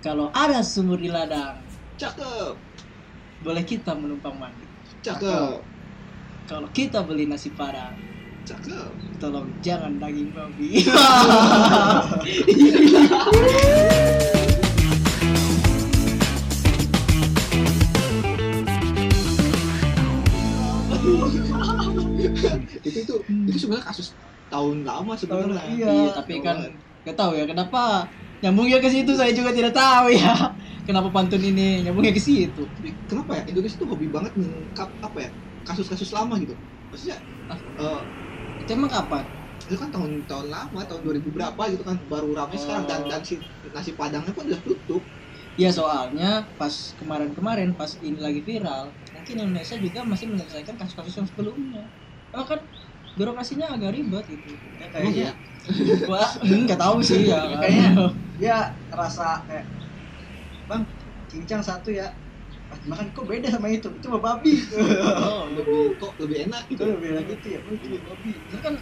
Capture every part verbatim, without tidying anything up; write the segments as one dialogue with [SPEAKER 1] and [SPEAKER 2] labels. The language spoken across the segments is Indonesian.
[SPEAKER 1] Kalau ada sumur di ladang,
[SPEAKER 2] Cakep.
[SPEAKER 1] boleh kita menumpang mandi.
[SPEAKER 2] Cakep.
[SPEAKER 1] Kalau kita beli nasi padang,
[SPEAKER 2] Cakep.
[SPEAKER 1] tolong jangan daging babi.
[SPEAKER 2] itu itu itu sebenarnya kasus tahun lama sebenarnya.
[SPEAKER 1] Iya, iya, tapi kan nggak tahu ya kenapa nyambungnya ke situ, saya juga tidak tahu ya. Kenapa pantun ini nyambungnya ke situ?
[SPEAKER 2] Kenapa ya Indonesia tuh hobi banget mengungkap apa ya kasus-kasus lama gitu. Maksudnya
[SPEAKER 1] Ah.
[SPEAKER 2] uh,
[SPEAKER 1] Itu emang kapan?
[SPEAKER 2] itu kan tahun-tahun lama, tahun dua ribu berapa gitu kan, baru ramai
[SPEAKER 1] Oh.
[SPEAKER 2] sekarang, dan dan si nasi padangnya pun udah tutup.
[SPEAKER 1] Ya soalnya pas kemarin-kemarin pas ini lagi viral, mungkin Indonesia juga masih menyelesaikan kasus-kasus yang sebelumnya. Emang kan birokrasinya agak ribet gitu.
[SPEAKER 3] Ya,
[SPEAKER 2] Emang
[SPEAKER 3] kayaknya
[SPEAKER 2] ya?
[SPEAKER 1] Wah, nggak tahu sih ya.
[SPEAKER 3] Ya, kayaknya dia rasa kayak bang cincang satu ya, ah, makan kok beda sama itu itu mah babi.
[SPEAKER 2] Oh, lebih kok lebih enak
[SPEAKER 3] Itu
[SPEAKER 2] gitu.
[SPEAKER 3] lebih lagi gitu ya, oh, itu mah babi.
[SPEAKER 1] Itu kan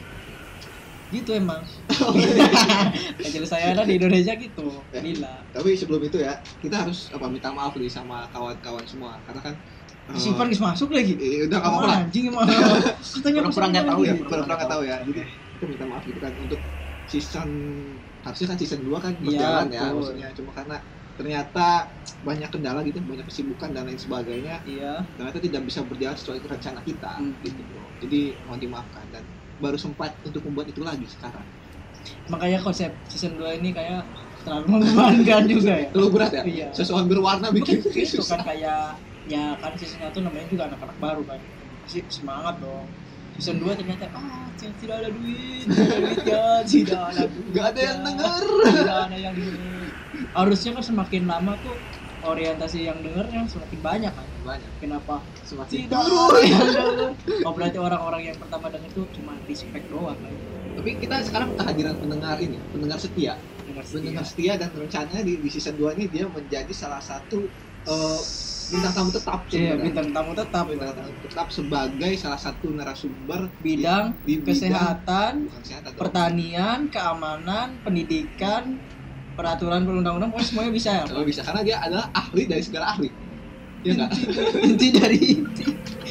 [SPEAKER 1] gitu emang. Penyelesaiannya di Indonesia gitu. Gila.
[SPEAKER 2] Tapi sebelum itu ya, kita harus apa minta maaf nih sama kawan-kawan semua, karena kan eh,
[SPEAKER 1] Si Ivan guys masuk lagi.
[SPEAKER 2] eh, udah nggak
[SPEAKER 1] Oh,
[SPEAKER 2] apa-apa lah.
[SPEAKER 1] anjing emang. Katanya
[SPEAKER 3] Pura-pura nggak tahu
[SPEAKER 2] Iya,
[SPEAKER 3] ya,
[SPEAKER 2] pura-pura nggak tahu ya. Jadi kita minta maaf gitu kan untuk season, harusnya kan season dua kan
[SPEAKER 1] Iya,
[SPEAKER 2] berjalan ya,
[SPEAKER 1] betul.
[SPEAKER 2] maksudnya cuma karena ternyata banyak kendala gitu, banyak kesibukan dan lain sebagainya,
[SPEAKER 1] Iya.
[SPEAKER 2] ternyata tidak bisa berjalan sesuai rencana kita
[SPEAKER 1] Hmm.
[SPEAKER 2] gitu bro. Jadi mohon dimaafkan, dan baru sempat untuk membuat itu lagi sekarang.
[SPEAKER 1] Makanya konsep season dua ini kayak terlalu membebankan juga ya.
[SPEAKER 2] Terlalu berat ya?
[SPEAKER 1] Iya.
[SPEAKER 2] Sesuatu berwarna bikin
[SPEAKER 1] Itu
[SPEAKER 2] susah.
[SPEAKER 1] kan kayak ya kan season satu namanya juga anak-anak baru kan. Pasti semangat dong. Season dua ternyata ah tidak ada duit, tidak ada duitnya, tidak ada duit.
[SPEAKER 2] Nggak ada yang denger.
[SPEAKER 1] Tidak ada yang denger. Harusnya kan semakin lama tuh orientasi yang dengernya semakin banyak kan.
[SPEAKER 2] Banyak.
[SPEAKER 1] Kenapa?
[SPEAKER 2] Semakin
[SPEAKER 1] Tidak ada yang denger. Oh berarti orang-orang yang pertama denger tuh cuma respect doang kan.
[SPEAKER 2] Tapi kita sekarang kehadiran pendengar ini, pendengar setia.
[SPEAKER 1] Dengar
[SPEAKER 2] Pendengar setia dan rencananya di, di season dua ini dia menjadi salah satu eh, bintang tamu tetap
[SPEAKER 1] Iya,
[SPEAKER 2] sebenarnya.
[SPEAKER 1] bintang tamu tetap.
[SPEAKER 2] Bintang tamu tetap sebagai salah satu narasumber
[SPEAKER 1] Bidang
[SPEAKER 2] di, di
[SPEAKER 1] kesehatan,
[SPEAKER 2] bidang kesehatan dong.
[SPEAKER 1] pertanian, keamanan, pendidikan, peraturan perundang-undang, pokoknya semuanya bisa ya.
[SPEAKER 2] Kalau bisa, karena dia adalah ahli dari segala ahli. Iya enggak?
[SPEAKER 1] Inti dari inti.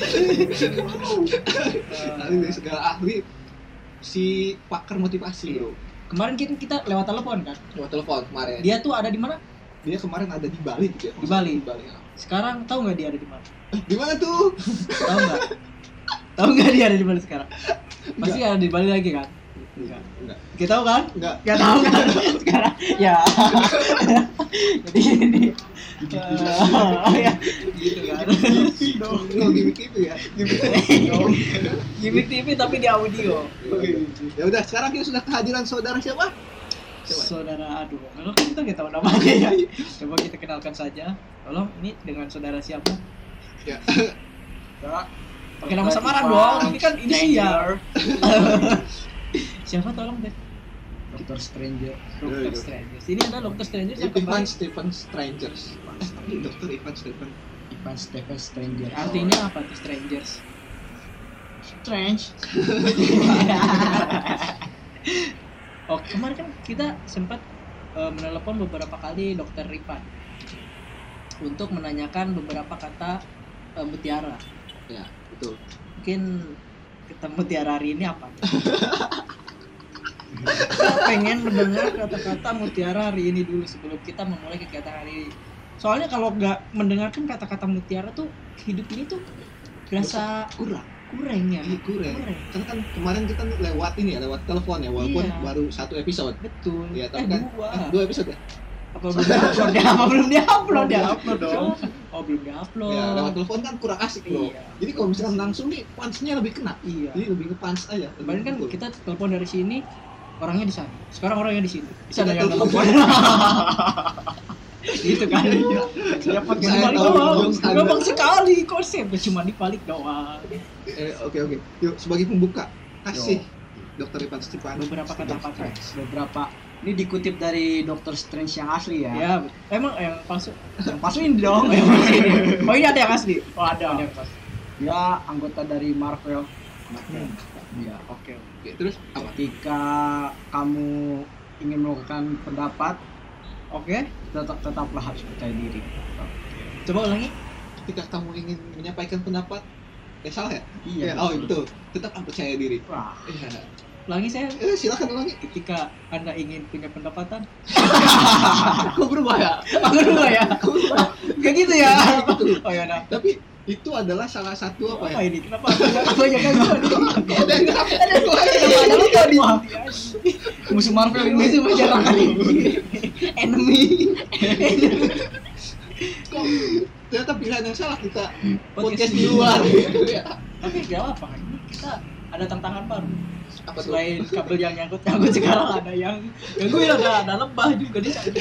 [SPEAKER 2] ahli dari segala ahli, si pakar motivasi bro.
[SPEAKER 1] Kemarin kita, kita lewat telepon kan.
[SPEAKER 2] Coba telepon kemarin.
[SPEAKER 1] Dia tuh ada di mana?
[SPEAKER 2] Dia kemarin ada di Bali gitu ya.
[SPEAKER 1] Di Bali.
[SPEAKER 2] Di Bali. Ya.
[SPEAKER 1] Sekarang tahu nggak dia ada di mana?
[SPEAKER 2] Di mana tuh?
[SPEAKER 1] Tahu nggak? Tahu nggak dia ada di Bali sekarang? Pasti ada di Bali lagi kan?
[SPEAKER 2] Enggak. Enggak.
[SPEAKER 1] Kita tahu kan?
[SPEAKER 2] Enggak.
[SPEAKER 1] Gak tahu kan sekarang? Ya. Jadi ini. eh, ya, gitu kan.
[SPEAKER 2] Oh, gimmick T V ya.
[SPEAKER 1] Gimik T V tapi di audio.
[SPEAKER 2] Ya udah, sekarang kita sudah kehadiran saudara siapa? Coba.
[SPEAKER 1] Saudara, aduh, kalau kita nggak tahu namanya ya. Coba kita kenalkan saja. Tolong, ini dengan saudara siapa?
[SPEAKER 2] Ya.
[SPEAKER 1] Pakai nama samaran dong. Ini kan ini siapa? Siapa tolong deh?
[SPEAKER 3] Dokter Stranger.
[SPEAKER 1] Dokter
[SPEAKER 2] Iya,
[SPEAKER 1] Stranger. Ini ada Dokter Stranger yang
[SPEAKER 2] Ivan
[SPEAKER 1] kembali.
[SPEAKER 2] Stephen Strangers. Eh, dokter Ivan Stephen.
[SPEAKER 3] Ivan Stephen Stranger.
[SPEAKER 1] Artinya apa tuh Strangers?
[SPEAKER 3] strange.
[SPEAKER 1] Oh, kemarin kan kita sempat uh, menelepon beberapa kali Dokter Ivan untuk menanyakan beberapa kata uh, mutiara.
[SPEAKER 2] Ya, betul.
[SPEAKER 1] Mungkin kita mutiara hari ini apa? Saya pengen mendengar kata-kata mutiara hari ini dulu sebelum kita memulai kegiatan hari ini. Soalnya kalau nggak mendengarkan kata-kata mutiara tuh hidup ini tuh berasa
[SPEAKER 2] Kurang.
[SPEAKER 1] kurang ya.
[SPEAKER 2] Iya, kurang.
[SPEAKER 1] Kurang.
[SPEAKER 2] Karena kan kemarin kita lewat ini ya, lewat telepon ya, walaupun
[SPEAKER 1] Iya.
[SPEAKER 2] baru satu episode.
[SPEAKER 1] Betul.
[SPEAKER 2] Iya,
[SPEAKER 1] eh,
[SPEAKER 2] tapi kan
[SPEAKER 1] dua.
[SPEAKER 2] eh, dua episode ya.
[SPEAKER 1] Apa belum diupload ya? Apa belum diupload ya?
[SPEAKER 3] Diupload dong.
[SPEAKER 1] Oh belum diupload.
[SPEAKER 2] Ya, lewat telepon kan kurang asik, Bro.
[SPEAKER 1] Iya.
[SPEAKER 2] Jadi kalau misalkan langsung nih punch-nya lebih kena.
[SPEAKER 1] Iya.
[SPEAKER 2] Jadi lebih ke punch aja.
[SPEAKER 1] Kemarin kan
[SPEAKER 2] Betul.
[SPEAKER 1] kita telepon dari sini, orangnya di sana. Sekarang orangnya di sini. Di sana
[SPEAKER 2] Kita
[SPEAKER 1] yang
[SPEAKER 2] telepon.
[SPEAKER 1] telepon. Gitu kan. Siapa
[SPEAKER 2] Saya
[SPEAKER 1] dibalik
[SPEAKER 2] tahu
[SPEAKER 1] doang.
[SPEAKER 2] jokes Anda.
[SPEAKER 1] Gampang sekali konsepnya, cuma dibalik doang.
[SPEAKER 2] Eh, oke oke. Yuk, sebagai pembuka, kasih Dokter Ivan Stephen
[SPEAKER 1] Beberapa kata apa?
[SPEAKER 3] Beberapa. Ini dikutip dari Dokter Strange yang asli ya.
[SPEAKER 1] Ya, emang yang palsu.
[SPEAKER 3] Yang palsu ini dong.
[SPEAKER 1] Yang palsu ini. Oh ini ada yang asli. Oh ada.
[SPEAKER 3] Ada.
[SPEAKER 1] yang palsu.
[SPEAKER 3] Dia anggota dari Marvel.
[SPEAKER 1] Hmm.
[SPEAKER 3] Iya.
[SPEAKER 1] Oke.
[SPEAKER 2] Oke, terus apa?
[SPEAKER 3] Ketika kamu ingin melakukan pendapat
[SPEAKER 1] Oke, tetap tetaplah harus percaya diri. Coba ulangi.
[SPEAKER 2] Ketika kamu ingin menyampaikan pendapat, eh salah ya?
[SPEAKER 1] Iya.
[SPEAKER 2] Ya, oh betul. Tetap percaya diri.
[SPEAKER 1] Wah,
[SPEAKER 2] Iya.
[SPEAKER 1] ulangi saya.
[SPEAKER 2] Eh, silakan ulangi.
[SPEAKER 1] Ketika Anda ingin punya pendapatan,
[SPEAKER 2] Kok berubah ya?
[SPEAKER 1] aku dulu ya. Kayak gitu ya.
[SPEAKER 2] Gitu.
[SPEAKER 1] Oh ya, nah.
[SPEAKER 2] Tapi itu adalah salah satu apa
[SPEAKER 1] Apa
[SPEAKER 2] ya?
[SPEAKER 1] ini? Kenapa? Apa ya kan gua nih?
[SPEAKER 2] Ada ada gua
[SPEAKER 1] Ada lupa di musuh Marvel ini musuh masyarakat ini. Enemy.
[SPEAKER 2] Kok ternyata pilihan yang salah kita
[SPEAKER 1] Podcast
[SPEAKER 2] podcast
[SPEAKER 1] di
[SPEAKER 2] di luar. Ya.
[SPEAKER 1] Tapi gak apa ini kita ada tantangan baru.
[SPEAKER 2] Apa tuh?
[SPEAKER 1] Selain kabel yang nyangkut-nyangkut sekarang ada yang gangguin ada ada lebah juga di sana.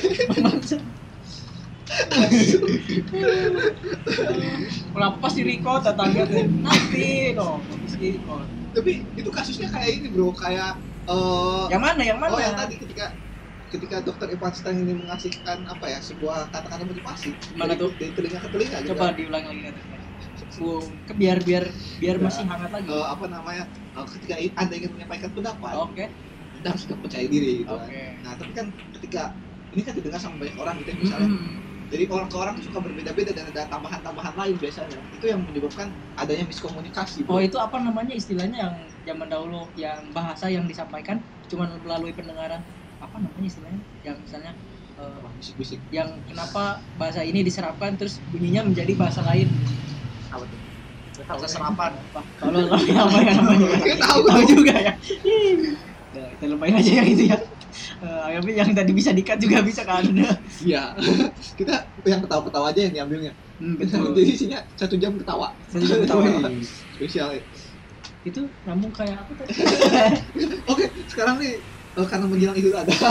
[SPEAKER 1] Kenapa pas di record datangnya tuh nanti dong habis di record.
[SPEAKER 2] Tapi itu kasusnya kayak ini bro, kayak eh
[SPEAKER 1] Yang mana yang mana?
[SPEAKER 2] oh yang tadi ketika ketika dokter Ivan Stein ini mengasihkan apa ya sebuah kata-kata motivasi
[SPEAKER 1] Mana
[SPEAKER 2] dari,
[SPEAKER 1] tuh?
[SPEAKER 2] dari telinga ke telinga gitu
[SPEAKER 1] Coba
[SPEAKER 2] kan.
[SPEAKER 1] diulang lagi nanti. Wow, ke biar biar biar
[SPEAKER 2] Ya.
[SPEAKER 1] masih hangat lagi.
[SPEAKER 2] Eh, apa namanya eh, ketika i- anda ingin menyampaikan pendapat
[SPEAKER 1] Oke.
[SPEAKER 2] anda harus tetap percaya diri gitu kan.
[SPEAKER 1] Oke.
[SPEAKER 2] Nah tapi kan ketika ini kan didengar sama banyak orang gitu ya, misalnya
[SPEAKER 1] Hmm.
[SPEAKER 2] jadi orang ke orang tuh suka berbeda-beda dan ada tambahan-tambahan lain biasanya itu yang menyebabkan adanya miskomunikasi
[SPEAKER 1] Oh
[SPEAKER 2] bro.
[SPEAKER 1] itu apa namanya istilahnya yang zaman dahulu yang bahasa yang disampaikan cuma melalui pendengaran apa namanya istilahnya yang misalnya eh,
[SPEAKER 2] Wah, bisik-bisik
[SPEAKER 1] yang kenapa bahasa ini diserapkan terus bunyinya menjadi bahasa lain
[SPEAKER 2] apa tuh?
[SPEAKER 3] Bahasa serapan.
[SPEAKER 1] Wah, kalau kalau apa ya namanya
[SPEAKER 2] Nggak tahu.
[SPEAKER 1] tahu juga ya. Nah, kita lupain aja yang itu ya. Eh, tapi yang tadi bisa dikat juga bisa kan.
[SPEAKER 2] Iya. Kita yang ketawa-ketawa aja yang diambilnya.
[SPEAKER 1] Hmm, betul.
[SPEAKER 2] Jadi isinya satu jam ketawa.
[SPEAKER 1] Satu jam ketawa.
[SPEAKER 2] Wih, spesial ya.
[SPEAKER 1] Itu namun kayak apa tadi?
[SPEAKER 2] Oke, sekarang nih eh, karena menjelang Idul Adha.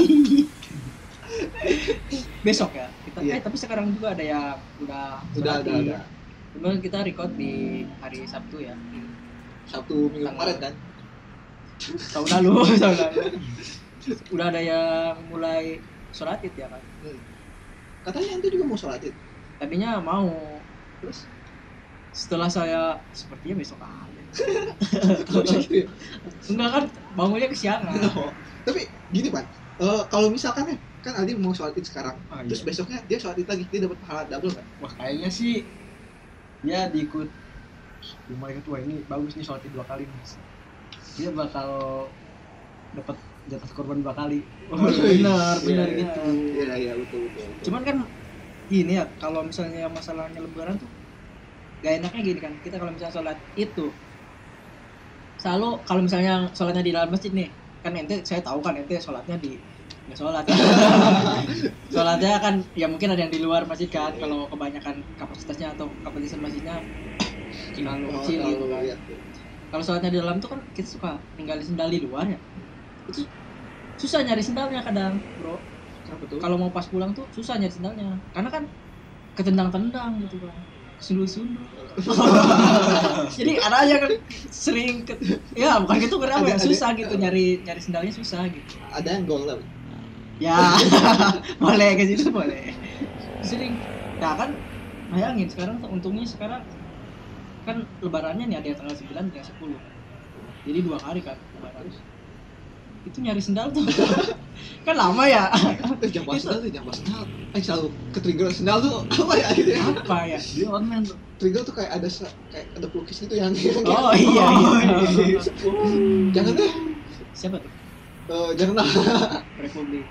[SPEAKER 1] Besok ya. Kita
[SPEAKER 2] Iya.
[SPEAKER 1] eh tapi sekarang juga ada yang udah
[SPEAKER 2] Udah
[SPEAKER 1] sholat
[SPEAKER 2] ada
[SPEAKER 1] di-
[SPEAKER 2] ada.
[SPEAKER 1] Kemudian kita record di hari Sabtu ya.
[SPEAKER 2] Sabtu minggu kemarin kan.
[SPEAKER 1] Tahun lalu, tahun lalu. Udah ada yang mulai sholat id ya kan.
[SPEAKER 2] Hmm. Katanya ente juga mau sholat Id.
[SPEAKER 1] Tadinya mau,
[SPEAKER 2] Terus
[SPEAKER 1] setelah saya sepertinya besok aja.
[SPEAKER 2] kalau gitu ya.
[SPEAKER 1] Enggak kan, bangunnya kesiangan.
[SPEAKER 2] Oh. Tapi gini Pan, eh, kalau misalkan ya kan Aldi mau sholat Id sekarang,
[SPEAKER 3] Ah,
[SPEAKER 2] terus
[SPEAKER 3] iya.
[SPEAKER 2] besoknya dia sholat Id lagi, dia dapat pahala double kan?
[SPEAKER 3] Wah kayaknya sih dia diikut lumayan ketua ini bagus nih sholat dua kali nih. Dia bakal dapat jatah korban dua kali.
[SPEAKER 1] Oh, benar, benar
[SPEAKER 2] Iya,
[SPEAKER 1] gitu.
[SPEAKER 2] Iya iya betul betul. betul.
[SPEAKER 1] Cuman kan gini ya, kalau misalnya masalahnya lebaran tuh gak enaknya gini kan, kita kalau misalnya sholat itu selalu kalau misalnya sholatnya di dalam masjid nih, kan ente saya tahu kan ente sholatnya di nggak sholat ya. Sholatnya kan ya mungkin ada yang di luar masjid kan, kalau kebanyakan kapasitasnya atau kapasitas masjidnya terlalu
[SPEAKER 2] Oh,
[SPEAKER 1] kecil gitu
[SPEAKER 2] terlalu,
[SPEAKER 1] kan.
[SPEAKER 2] iya.
[SPEAKER 1] Kalau sholatnya di dalam tuh kan kita suka ninggalin sendal di luar ya, itu susah nyari sendalnya kadang bro.
[SPEAKER 2] Kenapa tuh?
[SPEAKER 1] Kalau mau pas pulang tuh susah nyari sendalnya karena kan ketendang-tendang gitu kan, sundul-sundul. Jadi ada aja kan sering ke, ya bukan gitu kenapa ya
[SPEAKER 2] Ada- ada-
[SPEAKER 1] susah gitu nyari nyari sendalnya susah gitu
[SPEAKER 2] Ada yang gol tapi.
[SPEAKER 1] ya. Boleh ke situ boleh sering nah kan bayangin sekarang tuh untungnya sekarang kan lebarannya nih ada yang tanggal sembilan dan sepuluh jadi dua hari kan lebaran itu nyari sendal tuh kan lama ya.
[SPEAKER 2] Eh jangan bahas sendal tuh, jangan bahas sendal. Eh selalu ke trigger sendal tuh apa ya gitu ya?
[SPEAKER 1] Apa ya?
[SPEAKER 3] Dia online tuh.
[SPEAKER 2] Trigger tuh kayak ada se- kayak ada pelukis gitu yang
[SPEAKER 1] Oh iya iya.
[SPEAKER 2] jangan deh.
[SPEAKER 1] Siapa tuh?
[SPEAKER 2] Eh, jangan lah.
[SPEAKER 1] Republik.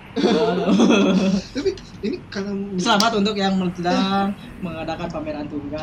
[SPEAKER 2] Tapi ini karena
[SPEAKER 1] Selamat untuk yang sedang mengadakan pameran tunggal.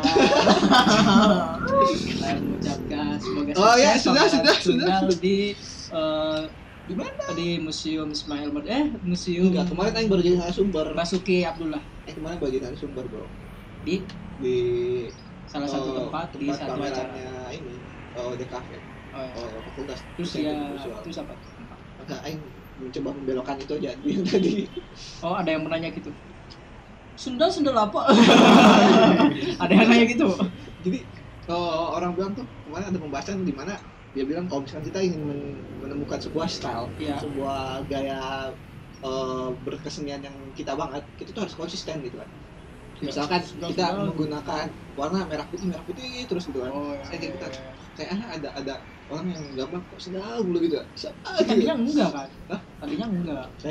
[SPEAKER 1] Kita mengucapkan semoga
[SPEAKER 2] Oh, ya,
[SPEAKER 1] sukses
[SPEAKER 2] sudah,
[SPEAKER 1] pameran
[SPEAKER 2] sudah,
[SPEAKER 1] tunggal di eh, di mana? Di Museum Ismail Marzuki. Eh, Museum
[SPEAKER 2] enggak kemarin aing baru jadi narasumber.
[SPEAKER 1] Basuki Abdullah
[SPEAKER 2] Eh kemarin baru jadi narasumber bro.
[SPEAKER 1] di
[SPEAKER 2] Di
[SPEAKER 1] salah satu
[SPEAKER 2] eh,
[SPEAKER 1] tempat di satu acara.
[SPEAKER 2] pamerannya ini oh D K V.
[SPEAKER 1] Oh, ya.
[SPEAKER 2] Oh, fakultas.
[SPEAKER 1] Terus
[SPEAKER 2] Desain
[SPEAKER 1] ya,
[SPEAKER 2] visual.
[SPEAKER 1] terus apa?
[SPEAKER 2] Enggak, aing mencoba membelokkan itu aja yang tadi.
[SPEAKER 1] Oh, ada yang menanya gitu. Sundal sundal apa? Ada yang nanya gitu.
[SPEAKER 2] Jadi eh, orang bilang tuh kemarin ada pembahasan di mana dia bilang kalau misalkan kita ingin men- menemukan sebuah style,
[SPEAKER 1] Iya.
[SPEAKER 2] sebuah gaya eh, berkesenian yang kita banget, kita tuh harus konsisten gitu kan.
[SPEAKER 1] Ya,
[SPEAKER 2] Misalkan
[SPEAKER 1] sundal,
[SPEAKER 2] kita
[SPEAKER 1] sundal.
[SPEAKER 2] menggunakan warna merah putih merah putih terus gitu kan.
[SPEAKER 1] Oh, ya.
[SPEAKER 2] Kayak kita kayak ada ada orang yang gampang kok sendal dulu gitu. Siapa
[SPEAKER 1] Tadinya
[SPEAKER 2] gitu.
[SPEAKER 1] enggak kan?
[SPEAKER 2] Hah?
[SPEAKER 1] Tadinya enggak.
[SPEAKER 2] Saya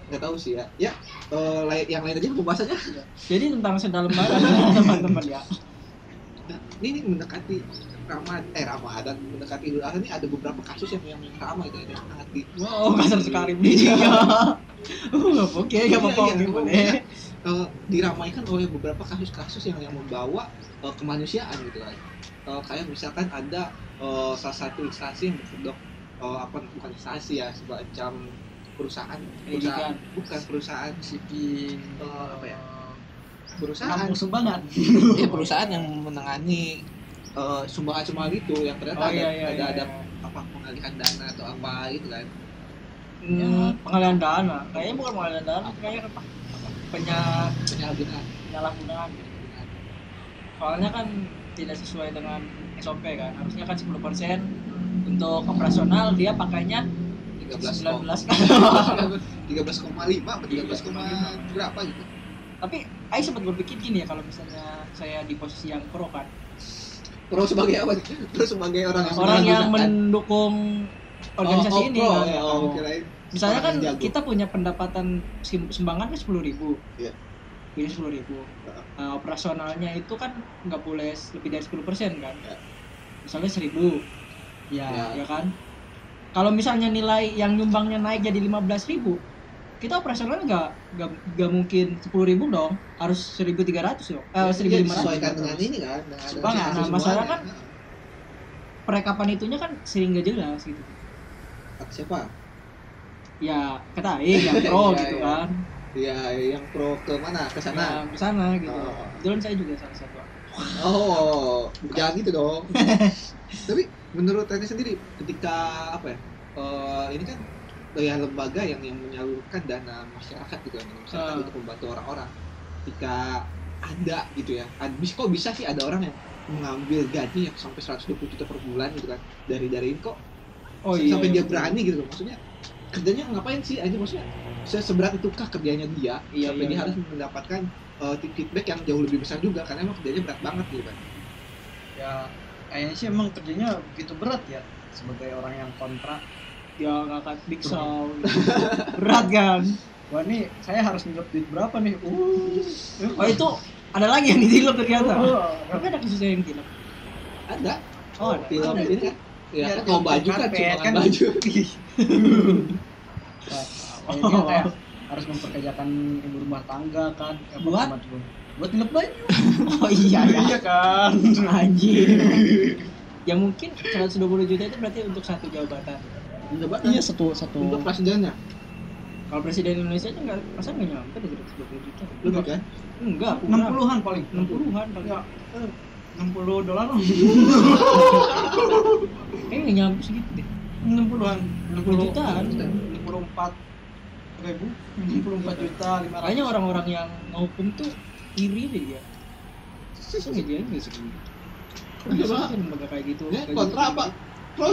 [SPEAKER 2] nggak tahu sih ya. Ya, eh, lain- yang lain aja pembahasannya.
[SPEAKER 1] Jadi tentang sendal lebaran teman-teman ya.
[SPEAKER 2] Nah, ini nih mendekati Ramadan, eh Ramadan mendekati Idul Adha ini ada beberapa kasus yang yang ramai itu yang sangat di
[SPEAKER 1] Wow, kasar sekali belinya. Uh, oke,
[SPEAKER 2] Iya,
[SPEAKER 1] gak apa-apa,
[SPEAKER 2] iya,
[SPEAKER 1] oke,
[SPEAKER 2] iya.
[SPEAKER 1] boleh.
[SPEAKER 2] eh, diramaikan oleh beberapa kasus-kasus yang yang membawa eh, kemanusiaan gitu kan. Eh, kayak misalkan ada eh, salah satu instansi yang berkedok eh, apa bukan instansi ya semacam perusahaan perusahaan bukan perusahaan
[SPEAKER 3] Sipin
[SPEAKER 2] Eh, apa ya?
[SPEAKER 3] perusahaan
[SPEAKER 2] perusahaan
[SPEAKER 3] sumbangan.
[SPEAKER 2] ya perusahaan yang menangani eh, sumbangan-sumbangan itu yang ternyata
[SPEAKER 1] Oh iya
[SPEAKER 2] ada,
[SPEAKER 1] iya.
[SPEAKER 2] ada,
[SPEAKER 1] iya.
[SPEAKER 2] ada apa pengalihan dana atau apa gitu kan.
[SPEAKER 1] Hmm, pengalihan dana. Kayaknya bukan pengalihan dana, kayaknya apa? Penya
[SPEAKER 2] Penyalahgunaan.
[SPEAKER 1] penyalahgunaan. Soalnya kan tidak sesuai dengan S O P kan. Harusnya kan sepuluh persen untuk operasional, dia pakainya
[SPEAKER 2] tiga belas
[SPEAKER 1] sembilan belas kan.
[SPEAKER 2] tiga belas koma lima atau tiga belas berapa gitu.
[SPEAKER 1] Tapi Ai sempat berpikir gini ya, kalau misalnya saya di posisi yang pro kan.
[SPEAKER 2] Pro sebagai apa? Pro sebagai orang yang
[SPEAKER 1] Orang yang
[SPEAKER 2] menyalahgunakan.
[SPEAKER 1] mendukung organisasi
[SPEAKER 2] oh, oh,
[SPEAKER 1] ini
[SPEAKER 2] pro,
[SPEAKER 1] kan.
[SPEAKER 2] ya, oh, kirain
[SPEAKER 1] Misalnya
[SPEAKER 2] orang
[SPEAKER 1] kan
[SPEAKER 2] yang jago.
[SPEAKER 1] kita punya pendapatan sim- sumbangan kan sepuluh ribu.
[SPEAKER 2] Iya.
[SPEAKER 1] Ini sepuluh ribu. Nah, operasionalnya itu kan nggak boleh lebih dari sepuluh persen kan.
[SPEAKER 2] Iya.
[SPEAKER 1] Misalnya seribu.
[SPEAKER 3] Ya,
[SPEAKER 2] Ya.
[SPEAKER 1] Ya kan. Kalau misalnya nilai yang nyumbangnya naik jadi lima belas ribu, kita operasional nggak nggak nggak mungkin sepuluh ribu dong, harus seribu tiga ratus dong, eh seribu
[SPEAKER 2] Iya,
[SPEAKER 1] lima ratus.
[SPEAKER 2] disesuaikan dengan ini kan dengan
[SPEAKER 1] Sumbangan.
[SPEAKER 2] dengan
[SPEAKER 1] Nah,
[SPEAKER 2] sumbangan.
[SPEAKER 1] masalah kan perekapan itunya kan sering nggak jelas gitu.
[SPEAKER 2] Kata siapa?
[SPEAKER 1] Ya kata Aing yang pro
[SPEAKER 2] Iya,
[SPEAKER 1] gitu
[SPEAKER 2] iya.
[SPEAKER 1] kan.
[SPEAKER 2] Ya yang pro ke mana? Ke sana.
[SPEAKER 1] Nah, ke sana gitu.
[SPEAKER 2] Oh.
[SPEAKER 1] Kebetulan saya juga salah satu.
[SPEAKER 2] Oh, jangan gitu dong. Tapi menurut Rene sendiri, ketika apa ya? eh, ini kan ya lembaga yang yang menyalurkan dana masyarakat gitu kan, masyarakat
[SPEAKER 1] Ah.
[SPEAKER 2] untuk membantu orang-orang. Ketika ada gitu ya, ad- bis- kok bisa sih ada orang yang mengambil gaji yang sampai seratus dua puluh juta per bulan gitu kan dari dari ini kok
[SPEAKER 1] Oh
[SPEAKER 2] sampai
[SPEAKER 1] iya.
[SPEAKER 2] dia berani gitu loh. Maksudnya kerjanya ngapain sih aja, maksudnya se- seberat itukah kerjanya dia
[SPEAKER 1] Iya,
[SPEAKER 2] sampai
[SPEAKER 1] iya,
[SPEAKER 2] dia
[SPEAKER 1] iya.
[SPEAKER 2] harus mendapatkan uh, feedback yang jauh lebih besar juga karena emang kerjanya berat banget gitu kan.
[SPEAKER 3] ya kayaknya sih emang kerjanya begitu berat ya sebagai orang yang kontra.
[SPEAKER 1] Ya ngangkat big show. Berat kan.
[SPEAKER 3] Wah ini saya harus nilep duit berapa nih? Uh.
[SPEAKER 1] Oh itu ada lagi yang ditilep ternyata.
[SPEAKER 3] Oh,
[SPEAKER 1] Tapi ada kasusnya yang tilep.
[SPEAKER 2] Ada
[SPEAKER 1] Oh ada.
[SPEAKER 2] film
[SPEAKER 3] Ada.
[SPEAKER 2] ini kan ya,
[SPEAKER 3] Ya,
[SPEAKER 2] kan mau baju kan
[SPEAKER 3] karpet,
[SPEAKER 2] cuma
[SPEAKER 3] kan.
[SPEAKER 2] baju.
[SPEAKER 3] Kayaknya kayak harus memperkerjakan ibu rumah tangga kan. Kayak
[SPEAKER 1] Buat?
[SPEAKER 3] macam-macam. Buat nilep baju.
[SPEAKER 1] Oh iya ya.
[SPEAKER 3] Iya kan.
[SPEAKER 1] Anjir. Ya mungkin seratus dua puluh juta itu berarti untuk satu jabatan.
[SPEAKER 2] Enggak banget.
[SPEAKER 3] Iya satu satu.
[SPEAKER 2] Untuk presidennya
[SPEAKER 1] Kalau presiden Indonesia aja nggak, masa nggak nyampe deh seratus dua puluh juta.
[SPEAKER 2] lebih kan?
[SPEAKER 1] Enggak,
[SPEAKER 3] enam puluhan paling.
[SPEAKER 1] enam puluhan paling.
[SPEAKER 3] Ya. enam puluh dolar.
[SPEAKER 1] Kayaknya nggak nyampe segitu deh.
[SPEAKER 3] enam puluhan.
[SPEAKER 1] enam puluh jutaan.
[SPEAKER 3] enam puluh empat ribu. enam puluh empat juta lima ratus.
[SPEAKER 1] Makanya orang-orang yang ngehukum tuh iri deh dia. Masa nggak jadi nggak segitu?
[SPEAKER 2] Iya,
[SPEAKER 1] Bisa
[SPEAKER 2] Pak.
[SPEAKER 1] sih lembaga kayak gitu.
[SPEAKER 2] Ya,
[SPEAKER 1] Kayak
[SPEAKER 2] kontra
[SPEAKER 1] gitu.
[SPEAKER 2] apa? Pro.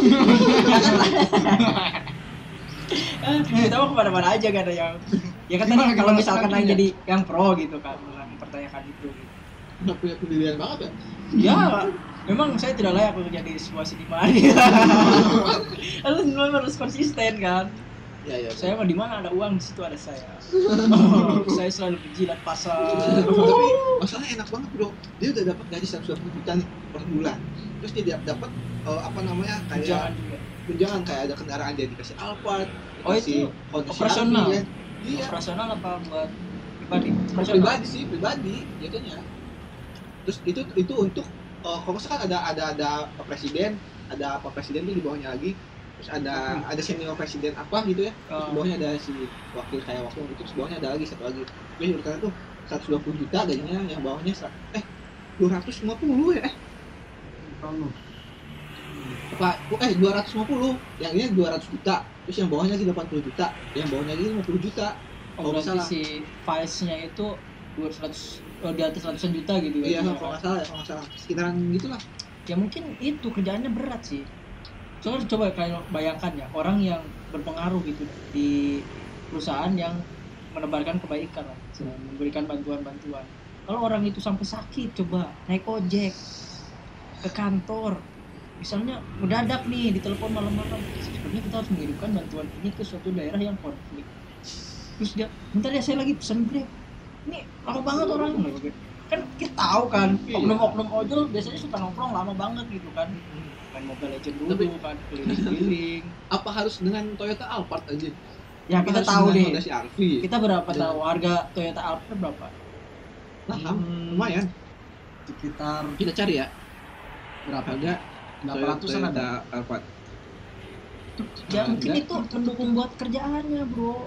[SPEAKER 1] Eh, kita mah kemana-mana aja gak ada yang ya kan
[SPEAKER 3] Gimana,
[SPEAKER 1] tadi kalau
[SPEAKER 3] gimana
[SPEAKER 1] misalkan
[SPEAKER 3] strategi
[SPEAKER 1] yang jadi yang pro gitu kan dengan mempertanyakan itu gitu.
[SPEAKER 2] Nggak punya pendirian banget ya.
[SPEAKER 1] Ya memang saya tidak layak untuk jadi sebuah seniman. Harus harus konsisten kan.
[SPEAKER 2] Ya ya.
[SPEAKER 1] Saya mah di mana ada uang di situ ada saya. Oh, saya selalu berjilat pasar.
[SPEAKER 2] Tapi masalahnya enak banget bro, dia udah dapat gaji seratus dua puluh juta nih per bulan, terus dia dapat uh, apa namanya kayak
[SPEAKER 1] Jangan juga.
[SPEAKER 2] tunjangan kayak ada kendaraan dia dikasih Alphard,
[SPEAKER 1] Oh, itu
[SPEAKER 2] dikasih Honda
[SPEAKER 1] operasional?
[SPEAKER 2] C R V, kan? Iya,
[SPEAKER 1] Operasional apa buat pribadi?
[SPEAKER 2] pribadi sih pribadi jatuhnya. Terus itu itu untuk uh, kalau misalkan ada ada ada presiden, ada apa presiden tuh di bawahnya lagi, terus ada ada senior presiden apa gitu ya, terus di
[SPEAKER 1] Oh.
[SPEAKER 2] bawahnya ada si wakil kayak wakil itu, terus di bawahnya ada lagi satu lagi. Jadi urutannya tuh seratus dua puluh juta gajinya, yang bawahnya ser- eh dua ratus lima puluh ya eh apa eh dua ratus lima puluh, yang ini dua ratus juta, terus yang bawahnya lagi delapan puluh juta, yang bawahnya lagi lima puluh juta.
[SPEAKER 1] Oh,
[SPEAKER 2] Kalau
[SPEAKER 1] berarti
[SPEAKER 2] nggak salah.
[SPEAKER 1] si Vice-nya itu dua ratus oh, di atas ratusan juta gitu ya.
[SPEAKER 2] Iya kalau nggak salah ya, kalau nggak salah sekitaran gitulah.
[SPEAKER 1] Ya mungkin itu kerjaannya berat sih. Soalnya coba kalian bayangkan ya, orang yang berpengaruh gitu di perusahaan yang menebarkan kebaikan lah, memberikan bantuan-bantuan. Kalau orang itu sampai sakit, coba naik ojek ke kantor, misalnya mendadak nih ditelepon malam-malam, sebenarnya kita harus mengirimkan bantuan ini ke suatu daerah yang konflik. terus dia bentar ya saya lagi pesan Grab, ini lama banget orangnya kan. Kita tahu kan
[SPEAKER 2] Iya.
[SPEAKER 1] oknum-oknum ojol biasanya suka nongkrong lama banget gitu kan, main Mobile Legends dulu
[SPEAKER 2] Tapi-
[SPEAKER 1] kan, keliling-keliling.
[SPEAKER 2] Apa harus dengan Toyota Alphard aja?
[SPEAKER 1] Ya
[SPEAKER 2] Apa
[SPEAKER 1] kita
[SPEAKER 2] harus
[SPEAKER 1] tahu
[SPEAKER 2] dengan
[SPEAKER 1] deh,
[SPEAKER 2] Honda C R V?
[SPEAKER 1] kita berapa
[SPEAKER 2] Dan-
[SPEAKER 1] tahu harga Toyota Alphard berapa?
[SPEAKER 2] Nah,
[SPEAKER 3] Hmm.
[SPEAKER 2] lumayan.
[SPEAKER 3] Sekitar
[SPEAKER 2] Kita cari ya
[SPEAKER 3] berapa?
[SPEAKER 2] harga
[SPEAKER 3] delapan ratusan ada.
[SPEAKER 2] Toyota Alphard.
[SPEAKER 1] Ya
[SPEAKER 3] Harga
[SPEAKER 1] mungkin itu mendukung buat kerjaannya bro.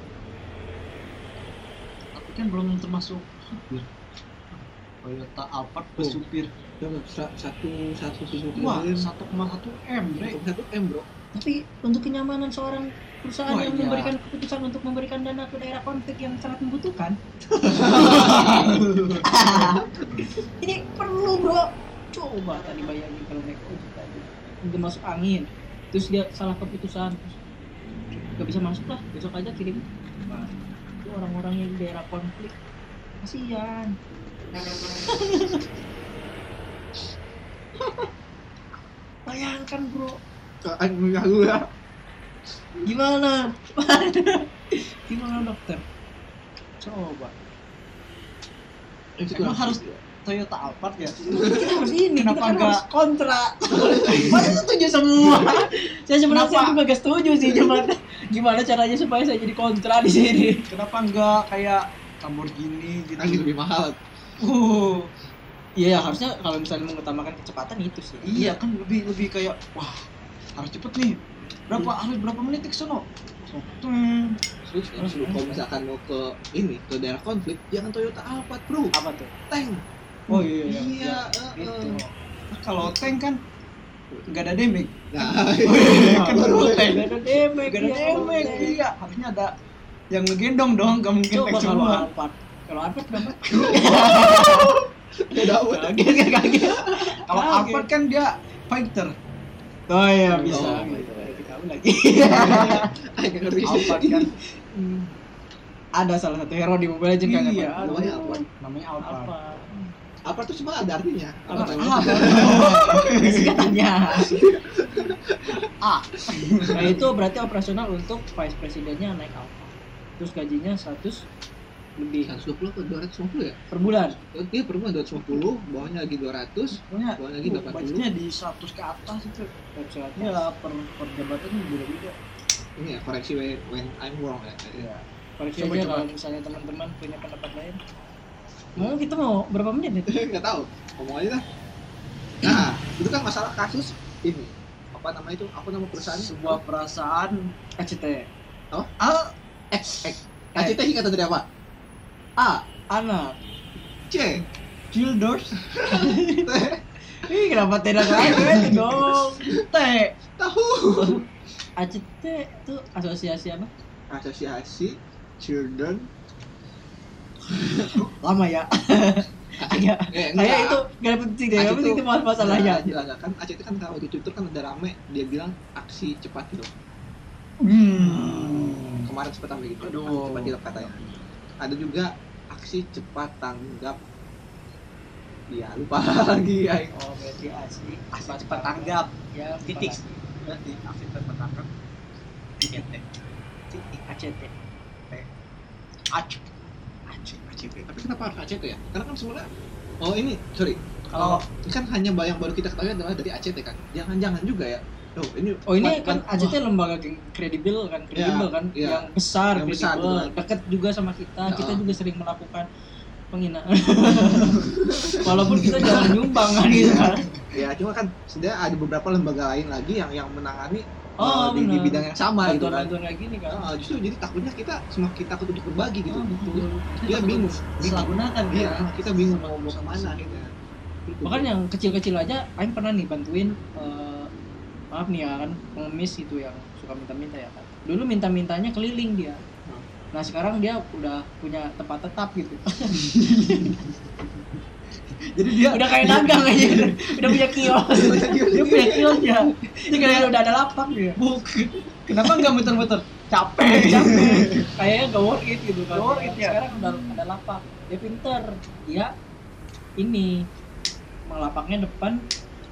[SPEAKER 3] Tapi kan belum termasuk supir. Toyota Alphard plus
[SPEAKER 2] Oh.
[SPEAKER 3] supir.
[SPEAKER 2] Coba sa- satu satu tujuh
[SPEAKER 3] Wah,
[SPEAKER 2] triliun.
[SPEAKER 3] satu koma satu M, Bre.
[SPEAKER 2] Satu M bro.
[SPEAKER 1] Tapi untuk kenyamanan seorang perusahaan
[SPEAKER 3] Wah,
[SPEAKER 1] yang
[SPEAKER 3] iya.
[SPEAKER 1] memberikan keputusan untuk memberikan dana ke daerah konflik yang sangat membutuhkan, ini perlu bro. Coba tadi bayangin kalau naik ojek tadi udah masuk angin, terus dia salah keputusan, terus gak bisa masuk lah, besok aja kirim. Nah, itu orang-orang yang di daerah konflik, kasihan. Bayangkan bro,
[SPEAKER 2] Kan punya gua.
[SPEAKER 1] gimana? Gimana dokter? Coba.
[SPEAKER 3] Emang harus Toyota Alphard ya?
[SPEAKER 1] Kita harus ini,
[SPEAKER 3] Kenapa
[SPEAKER 1] kita kan
[SPEAKER 3] enggak-
[SPEAKER 1] harus kontra? Masa setuju semua? Saya sebenarnya
[SPEAKER 3] Kenapa?
[SPEAKER 1] juga gak setuju sih, cuman gimana caranya supaya saya jadi kontra di sini?
[SPEAKER 3] Kenapa enggak kayak Lamborghini gitu?
[SPEAKER 2] Lagi lebih mahal.
[SPEAKER 3] Uh,
[SPEAKER 1] Iya, harusnya kalau misalnya mengutamakan kecepatan itu sih.
[SPEAKER 3] iya kan lebih lebih kayak wah harus cepet nih. Berapa harus berapa menit ke sono? Hmm.
[SPEAKER 2] Terus terus lu kalau misalkan mau ke ini ke daerah konflik jangan Toyota Alphard bro.
[SPEAKER 1] Apa tuh?
[SPEAKER 2] Tank.
[SPEAKER 1] Oh iya, iya,
[SPEAKER 2] Iya.
[SPEAKER 1] iya.
[SPEAKER 2] eh,
[SPEAKER 1] Itu.
[SPEAKER 2] eh.
[SPEAKER 3] Nah, kalau tank kan nggak ada damage.
[SPEAKER 2] Nah,
[SPEAKER 3] Kan baru tank.
[SPEAKER 1] Gak ada damage,
[SPEAKER 3] Gak ada
[SPEAKER 1] iya,
[SPEAKER 3] damage.
[SPEAKER 1] kalau
[SPEAKER 3] Iya, harusnya ada yang ngegendong dong, gak mungkin
[SPEAKER 1] Coba
[SPEAKER 3] tank
[SPEAKER 1] kalau
[SPEAKER 3] semua.
[SPEAKER 1] Alphard, kalau Alphard berapa?
[SPEAKER 2] udah dapat.
[SPEAKER 1] Kaget, kaget, kaget.
[SPEAKER 3] Kalau
[SPEAKER 1] Kaget.
[SPEAKER 3] Alphard kan dia fighter.
[SPEAKER 1] Oh iya
[SPEAKER 2] bisa.
[SPEAKER 1] bisa.
[SPEAKER 2] Oh,
[SPEAKER 1] Gitu. Kamu lagi.
[SPEAKER 2] Agak ngeri.
[SPEAKER 3] Alphard kan.
[SPEAKER 1] Ada salah satu hero di Mobile Legends kan?
[SPEAKER 3] Iya,
[SPEAKER 1] apa?
[SPEAKER 2] namanya Alphard.
[SPEAKER 3] Namanya Alphard.
[SPEAKER 1] Apa?
[SPEAKER 2] Alphard tuh cuma ada artinya.
[SPEAKER 1] Apa?
[SPEAKER 2] Apa?
[SPEAKER 1] Apa? Singkatannya.
[SPEAKER 3] Ah,
[SPEAKER 1] Nah itu berarti operasional untuk vice presidennya naik Alphard. Terus gajinya seratus lebih
[SPEAKER 2] seratus dua puluh atau dua ratus lima puluh ya?
[SPEAKER 1] per bulan.
[SPEAKER 2] Iya, per bulan dua ratus lima puluh, bawahnya lagi dua ratus,
[SPEAKER 3] pokoknya
[SPEAKER 2] bawahnya lagi delapan puluh.
[SPEAKER 3] budgetnya di seratus ke atas itu.
[SPEAKER 1] Website.
[SPEAKER 3] Ya, per per jabatannya beda-beda.
[SPEAKER 2] Ini ya koreksi when, when I'm wrong ya.
[SPEAKER 3] Iya.
[SPEAKER 1] Koreksi
[SPEAKER 3] Coba,
[SPEAKER 1] aja
[SPEAKER 3] coba.
[SPEAKER 1] kalau misalnya teman-teman punya pendapat lain. Mau kita mau berapa menit nih?
[SPEAKER 2] Nggak tahu, ngomong aja dah. Nah, itu kan masalah kasus ini. Apa nama itu? Apa nama perusahaan?
[SPEAKER 3] Sebuah perasaan
[SPEAKER 1] A C T.
[SPEAKER 3] ah
[SPEAKER 2] X X. A C T singkatan dari apa? A,
[SPEAKER 1] Anak.
[SPEAKER 2] C,
[SPEAKER 3] Childers
[SPEAKER 2] T,
[SPEAKER 1] Ih kenapa tidak lain dong?
[SPEAKER 3] T.
[SPEAKER 2] tahu.
[SPEAKER 1] A C T itu asosiasi apa?
[SPEAKER 2] Asosiasi Children.
[SPEAKER 1] Lama ya. Kayak
[SPEAKER 2] Eh,
[SPEAKER 1] kayak itu gak penting deh, gak penting itu mas masalahnya.
[SPEAKER 2] Jelas, kan A C T kan kalau di Twitter kan ada rame dia bilang aksi cepat gitu.
[SPEAKER 3] Hmm.
[SPEAKER 2] Kemarin sempat sampai gitu.
[SPEAKER 3] Aduh.
[SPEAKER 2] Aksi cepat hidup katanya. Ada juga aksi cepat tanggap. Iya, lupa lagi ya.
[SPEAKER 1] Oh berarti asli
[SPEAKER 3] Asal cepat tanggap.
[SPEAKER 1] ya
[SPEAKER 3] Titik.
[SPEAKER 1] titik
[SPEAKER 3] Berarti aksi cepat tanggap. Titik.
[SPEAKER 1] titik A C T.
[SPEAKER 3] Ac.
[SPEAKER 2] A C T. Tapi kenapa harus A C T ya? Karena kan sebenarnya oh ini, sorry.
[SPEAKER 1] Kalau-
[SPEAKER 2] Oh, ini kan hanya yang baru kita ketahui adalah dari A C T kan. Jangan-jangan juga ya. Oh, ini
[SPEAKER 1] Oh ini
[SPEAKER 2] buat-
[SPEAKER 1] kan
[SPEAKER 2] buat-
[SPEAKER 1] A C T lembaga yang kredibel kan, kredibel
[SPEAKER 2] Ya,
[SPEAKER 1] kan,
[SPEAKER 2] ya.
[SPEAKER 1] yang besar,
[SPEAKER 2] Yang besar,
[SPEAKER 1] kredibel,
[SPEAKER 2] benar.
[SPEAKER 1] dekat juga sama kita.
[SPEAKER 2] Ya.
[SPEAKER 1] Kita juga sering melakukan penghinaan. Walaupun kita jangan nyumbang kan gitu kan.
[SPEAKER 2] Ya, cuma kan sebenarnya ada beberapa lembaga lain lagi yang yang menangani
[SPEAKER 1] Oh,
[SPEAKER 2] eh, di, di
[SPEAKER 1] benar.
[SPEAKER 2] bidang yang sama gitu kan.
[SPEAKER 1] Bantuan-bantuan kayak gini kan.
[SPEAKER 2] Ah, justru jadi takutnya kita semakin takut untuk berbagi gitu.
[SPEAKER 1] Oh, betul.
[SPEAKER 2] Dia bingung.
[SPEAKER 3] Salah gunakan
[SPEAKER 2] Iya,
[SPEAKER 3] ya.
[SPEAKER 2] kita bingung mau mau kemana gitu. Gitu.
[SPEAKER 1] Bahkan yang kecil-kecil aja, Aing pernah nih bantuin, eh, maaf nih ya kan, pengemis gitu yang suka minta-minta ya kan. Dulu minta-mintanya keliling dia.
[SPEAKER 2] Hmm.
[SPEAKER 1] Nah sekarang dia udah punya tempat tetap gitu.
[SPEAKER 3] Jadi dia
[SPEAKER 1] Udah kayak dagang aja, udah punya kios. Dia punya kiosnya. Dia kayak udah ada lapak dia.
[SPEAKER 3] buk. Kenapa nggak muter-muter? Capek.
[SPEAKER 1] Capek. Kayaknya gak worth it gitu kan.
[SPEAKER 3] Gak worth it, ya.
[SPEAKER 1] Sekarang udah ada lapak. Dia pinter. Dia ini lapaknya depan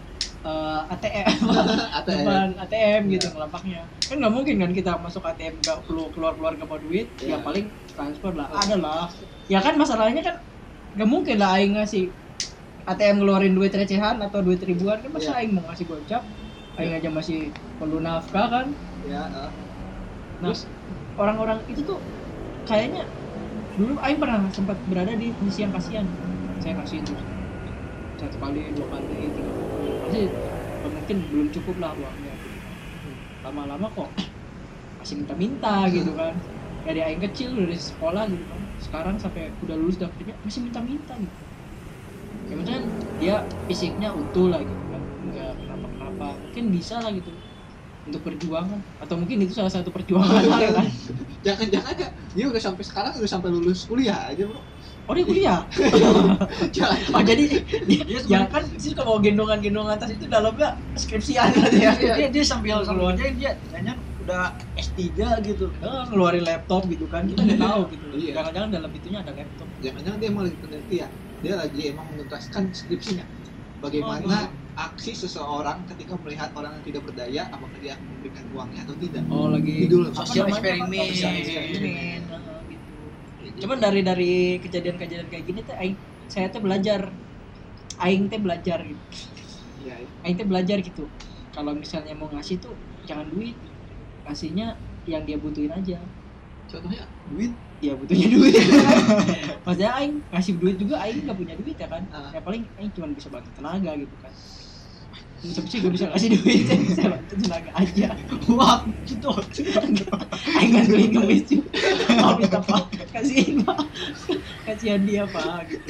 [SPEAKER 1] eh, A T M
[SPEAKER 2] A T M.
[SPEAKER 1] depan A T M gitu
[SPEAKER 2] Ya.
[SPEAKER 1] ngelapaknya. Kan nggak mungkin kan kita masuk A T M nggak keluar keluar keluar nggak bawa duit,
[SPEAKER 2] Ya.
[SPEAKER 1] ya paling transfer lah. Ada lah. Ya kan masalahnya kan nggak mungkin lah aing ngasih A T M ngeluarin duit recehan atau duit ribuan kan masa
[SPEAKER 2] Ya.
[SPEAKER 1] aing mau ngasih gocap. Aing aja masih perlu nafkah kan.
[SPEAKER 2] Ya, uh.
[SPEAKER 1] Nah, orang-orang itu tuh kayaknya dulu Aing pernah sempat berada di posisi yang kasihan. Saya kasih itu satu kali, dua kali, tiga kali. Masih mungkin belum cukup lah uangnya. Lama-lama kok masih minta-minta gitu kan. Dari Aing kecil dari sekolah gitu kan. Sekarang sampai udah lulus dapetnya masih minta-minta gitu. Ya maksudnya dia fisiknya utuh lah gitu kan. Enggak kenapa-kenapa. Mungkin bisa lah gitu untuk perjuangan atau mungkin itu salah satu perjuangan lah kan.
[SPEAKER 2] Jangan-jangan ya, dia udah sampai sekarang udah sampai lulus kuliah aja, Bro.
[SPEAKER 1] Oh dia kuliah.
[SPEAKER 2] Jangan.
[SPEAKER 1] Oh jadi dia,
[SPEAKER 3] Dia
[SPEAKER 1] ya kan sih kalau gendongan-gendongan tas itu dalamnya skripsian gitu ya.
[SPEAKER 3] dia dia sambil sambil kerjain dia kayaknya udah S tiga gitu.
[SPEAKER 1] Eh, ngeluarin laptop gitu kan kita nggak tahu gitu.
[SPEAKER 2] Iya.
[SPEAKER 1] Jangan-jangan dalam itunya ada laptop.
[SPEAKER 2] Jangan-jangan dia emang lagi penelitian. Dia lagi emang menuntaskan skripsinya. Bagaimana aksi seseorang ketika melihat orang yang tidak berdaya, apakah dia akan memberikan uangnya atau tidak?
[SPEAKER 1] Oh lagi
[SPEAKER 2] Judul
[SPEAKER 3] sosial
[SPEAKER 1] apa namanya?
[SPEAKER 3] eksperimen.
[SPEAKER 1] Sosial eksperimen eh, gitu. Cuman dari dari kejadian-kejadian kayak gini tuh aing saya tuh belajar. Aing teh belajar gitu.
[SPEAKER 2] Iya, iya.
[SPEAKER 1] Aing teh belajar gitu. Kalau misalnya mau ngasih tuh jangan duit. Kasihnya yang dia butuhin aja.
[SPEAKER 2] Contohnya
[SPEAKER 3] Duit
[SPEAKER 1] Ya butuhnya duit. Maksudnya aing ngasih duit juga aing nggak punya duit ya kan.
[SPEAKER 2] Ah.
[SPEAKER 1] Ya paling aing cuma bisa bantu tenaga gitu kan. Tapi sih gue bisa ngasih duit, saya bantu tenaga aja. Wah, gitu. Aing nggak duit ngemis juga. Mau minta pak, kasihin pak. Kasihan dia pak gitu.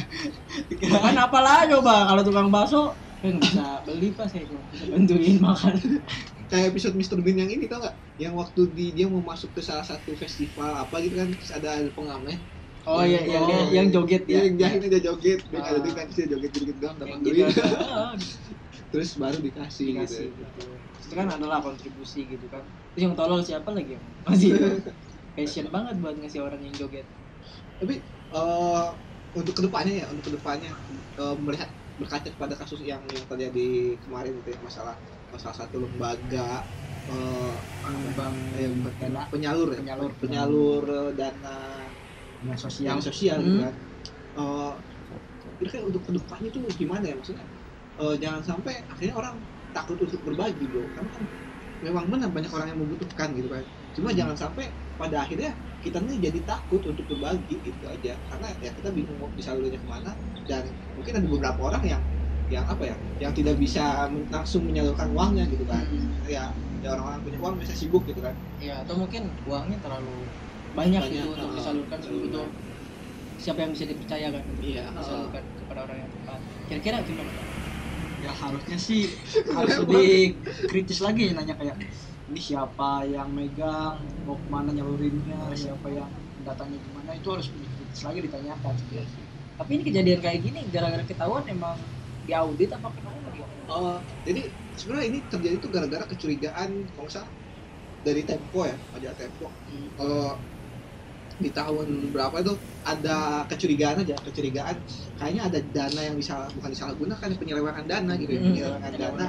[SPEAKER 1] Kan apalah coba kalau tukang bakso saya nggak bisa beli pak, saya cuma bisa bantuin makan.
[SPEAKER 2] kayak episode mister Bean yang ini tau gak? Yang waktu di, dia mau masuk ke salah satu festival apa gitu kan, terus ada pengamen.
[SPEAKER 1] Oh iya, yang,
[SPEAKER 2] Oh,
[SPEAKER 1] yang, yang joget
[SPEAKER 2] Iya,
[SPEAKER 1] ya.
[SPEAKER 2] yang jahitnya dia joget, dia
[SPEAKER 1] Ah.
[SPEAKER 2] ada duit kan, terus dia joget-joget doang dapat
[SPEAKER 1] Yang
[SPEAKER 2] duit.
[SPEAKER 1] gitu. Ah,
[SPEAKER 2] Terus baru dikasih,
[SPEAKER 1] dikasih
[SPEAKER 2] gitu.
[SPEAKER 1] gitu. Itu kan adalah kontribusi gitu kan. Terus yang tolol siapa lagi yang masih passion banget buat ngasih orang yang joget.
[SPEAKER 2] Tapi eh, untuk kedepannya ya, untuk kedepannya eh, melihat berkaca pada kasus yang yang terjadi kemarin itu ya, masalah salah satu lembaga eh,
[SPEAKER 3] pengembang
[SPEAKER 2] eh,
[SPEAKER 3] dana
[SPEAKER 2] penyalur ya,
[SPEAKER 3] Penyalur.
[SPEAKER 2] penyalur eh, dana
[SPEAKER 3] yang sosial.
[SPEAKER 2] yang sosial
[SPEAKER 1] Hmm.
[SPEAKER 2] gitu kan. Eh, kira-kira untuk kedepannya tuh gimana ya maksudnya? Eh, jangan sampai akhirnya orang takut untuk berbagi, bro. Karena kan memang benar banyak orang yang membutuhkan gitu kan. Cuma jangan sampai pada akhirnya kita nih jadi takut untuk berbagi gitu aja. Karena ya kita bingung mau disalurnya kemana, dan mungkin ada beberapa orang yang yang apa ya, yang tidak bisa langsung menyalurkan uangnya gitu kan. Ya, ya orang-orang punya uang bisa sibuk gitu kan.
[SPEAKER 1] Ya atau mungkin uangnya terlalu banyak,
[SPEAKER 2] Banyak,
[SPEAKER 1] gitu untuk
[SPEAKER 2] ah,
[SPEAKER 1] disalurkan
[SPEAKER 2] salurkan.
[SPEAKER 1] untuk siapa yang bisa dipercaya kan untuk
[SPEAKER 2] Iya,
[SPEAKER 1] disalurkan kepada orang yang tepat. Kira-kira gimana?
[SPEAKER 3] Ya harusnya sih harus lebih kritis lagi nanya kayak ini siapa yang megang, mau kemana nyalurinnya, siapa yang datanya gimana, itu harus lebih kritis lagi ditanyakan.
[SPEAKER 1] Tapi ini kejadian kayak gini gara-gara ketahuan emang diaudit apa kenapa gitu?
[SPEAKER 2] Oh, jadi sebenarnya ini terjadi tuh gara-gara kecurigaan kalau nggak salah dari Tempo ya, majalah Tempo. Kalau di tahun berapa itu ada kecurigaan aja, kecurigaan kayaknya ada dana yang bisa bukan disalahgunakan, penyelewengan dana gitu ya,
[SPEAKER 1] Hmm,
[SPEAKER 2] penyelewengan dana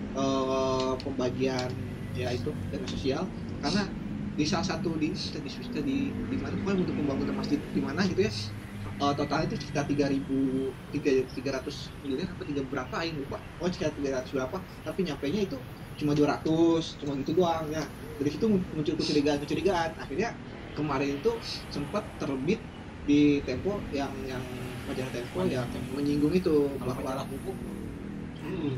[SPEAKER 2] eh, pembagian ya itu dana sosial, karena di salah satu di di di di, di mana pokoknya untuk pembangunan masjid di mana gitu ya, eh, totalnya itu sekitar tiga ribu tiga ratus miliar apa tiga berapa aing lupa, oh sekitar tiga ratus berapa, tapi nyampainya itu cuma dua ratus, cuma gitu doang ya. Dari situ muncul kecurigaan-kecurigaan, akhirnya kemarin itu sempat terbit di Tempo yang yang majalah Tempo yang menyinggung itu
[SPEAKER 3] Kalau
[SPEAKER 2] bahwa
[SPEAKER 3] majalah pupuk,
[SPEAKER 2] Hmm.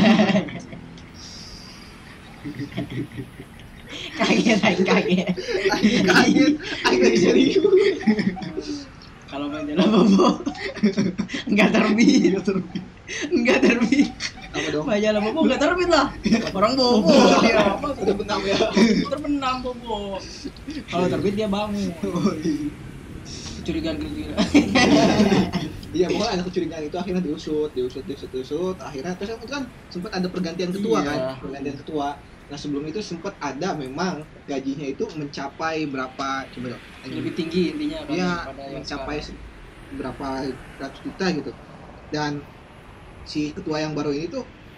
[SPEAKER 1] Kaget, aing kaget.
[SPEAKER 2] Aing kaget, aing lagi serius.
[SPEAKER 1] Kalau majalah bobo nggak terbit, nggak terbit.
[SPEAKER 2] Apa dong?
[SPEAKER 1] Majalah bobo nggak terbit lah. Orang bobo dia apa?
[SPEAKER 2] Udah benam ya.
[SPEAKER 1] Terbenam bobo. Kalau terbit dia bangun. Kecurigaan kecurigaan.
[SPEAKER 2] Iya, pokoknya ada kecurigaan itu akhirnya diusut, diusut, diusut, diusut. Akhirnya terus itu kan sempat ada pergantian ketua
[SPEAKER 3] Iya.
[SPEAKER 2] kan, pergantian ketua. Nah sebelum itu sempat ada memang gajinya itu mencapai berapa, coba dong.
[SPEAKER 1] Lebih tinggi intinya kan
[SPEAKER 2] Iya,
[SPEAKER 1] daripada yang
[SPEAKER 2] mencapai
[SPEAKER 1] sekarang.
[SPEAKER 2] se- berapa ratus juta gitu. Dan si ketua yang baru ini tuh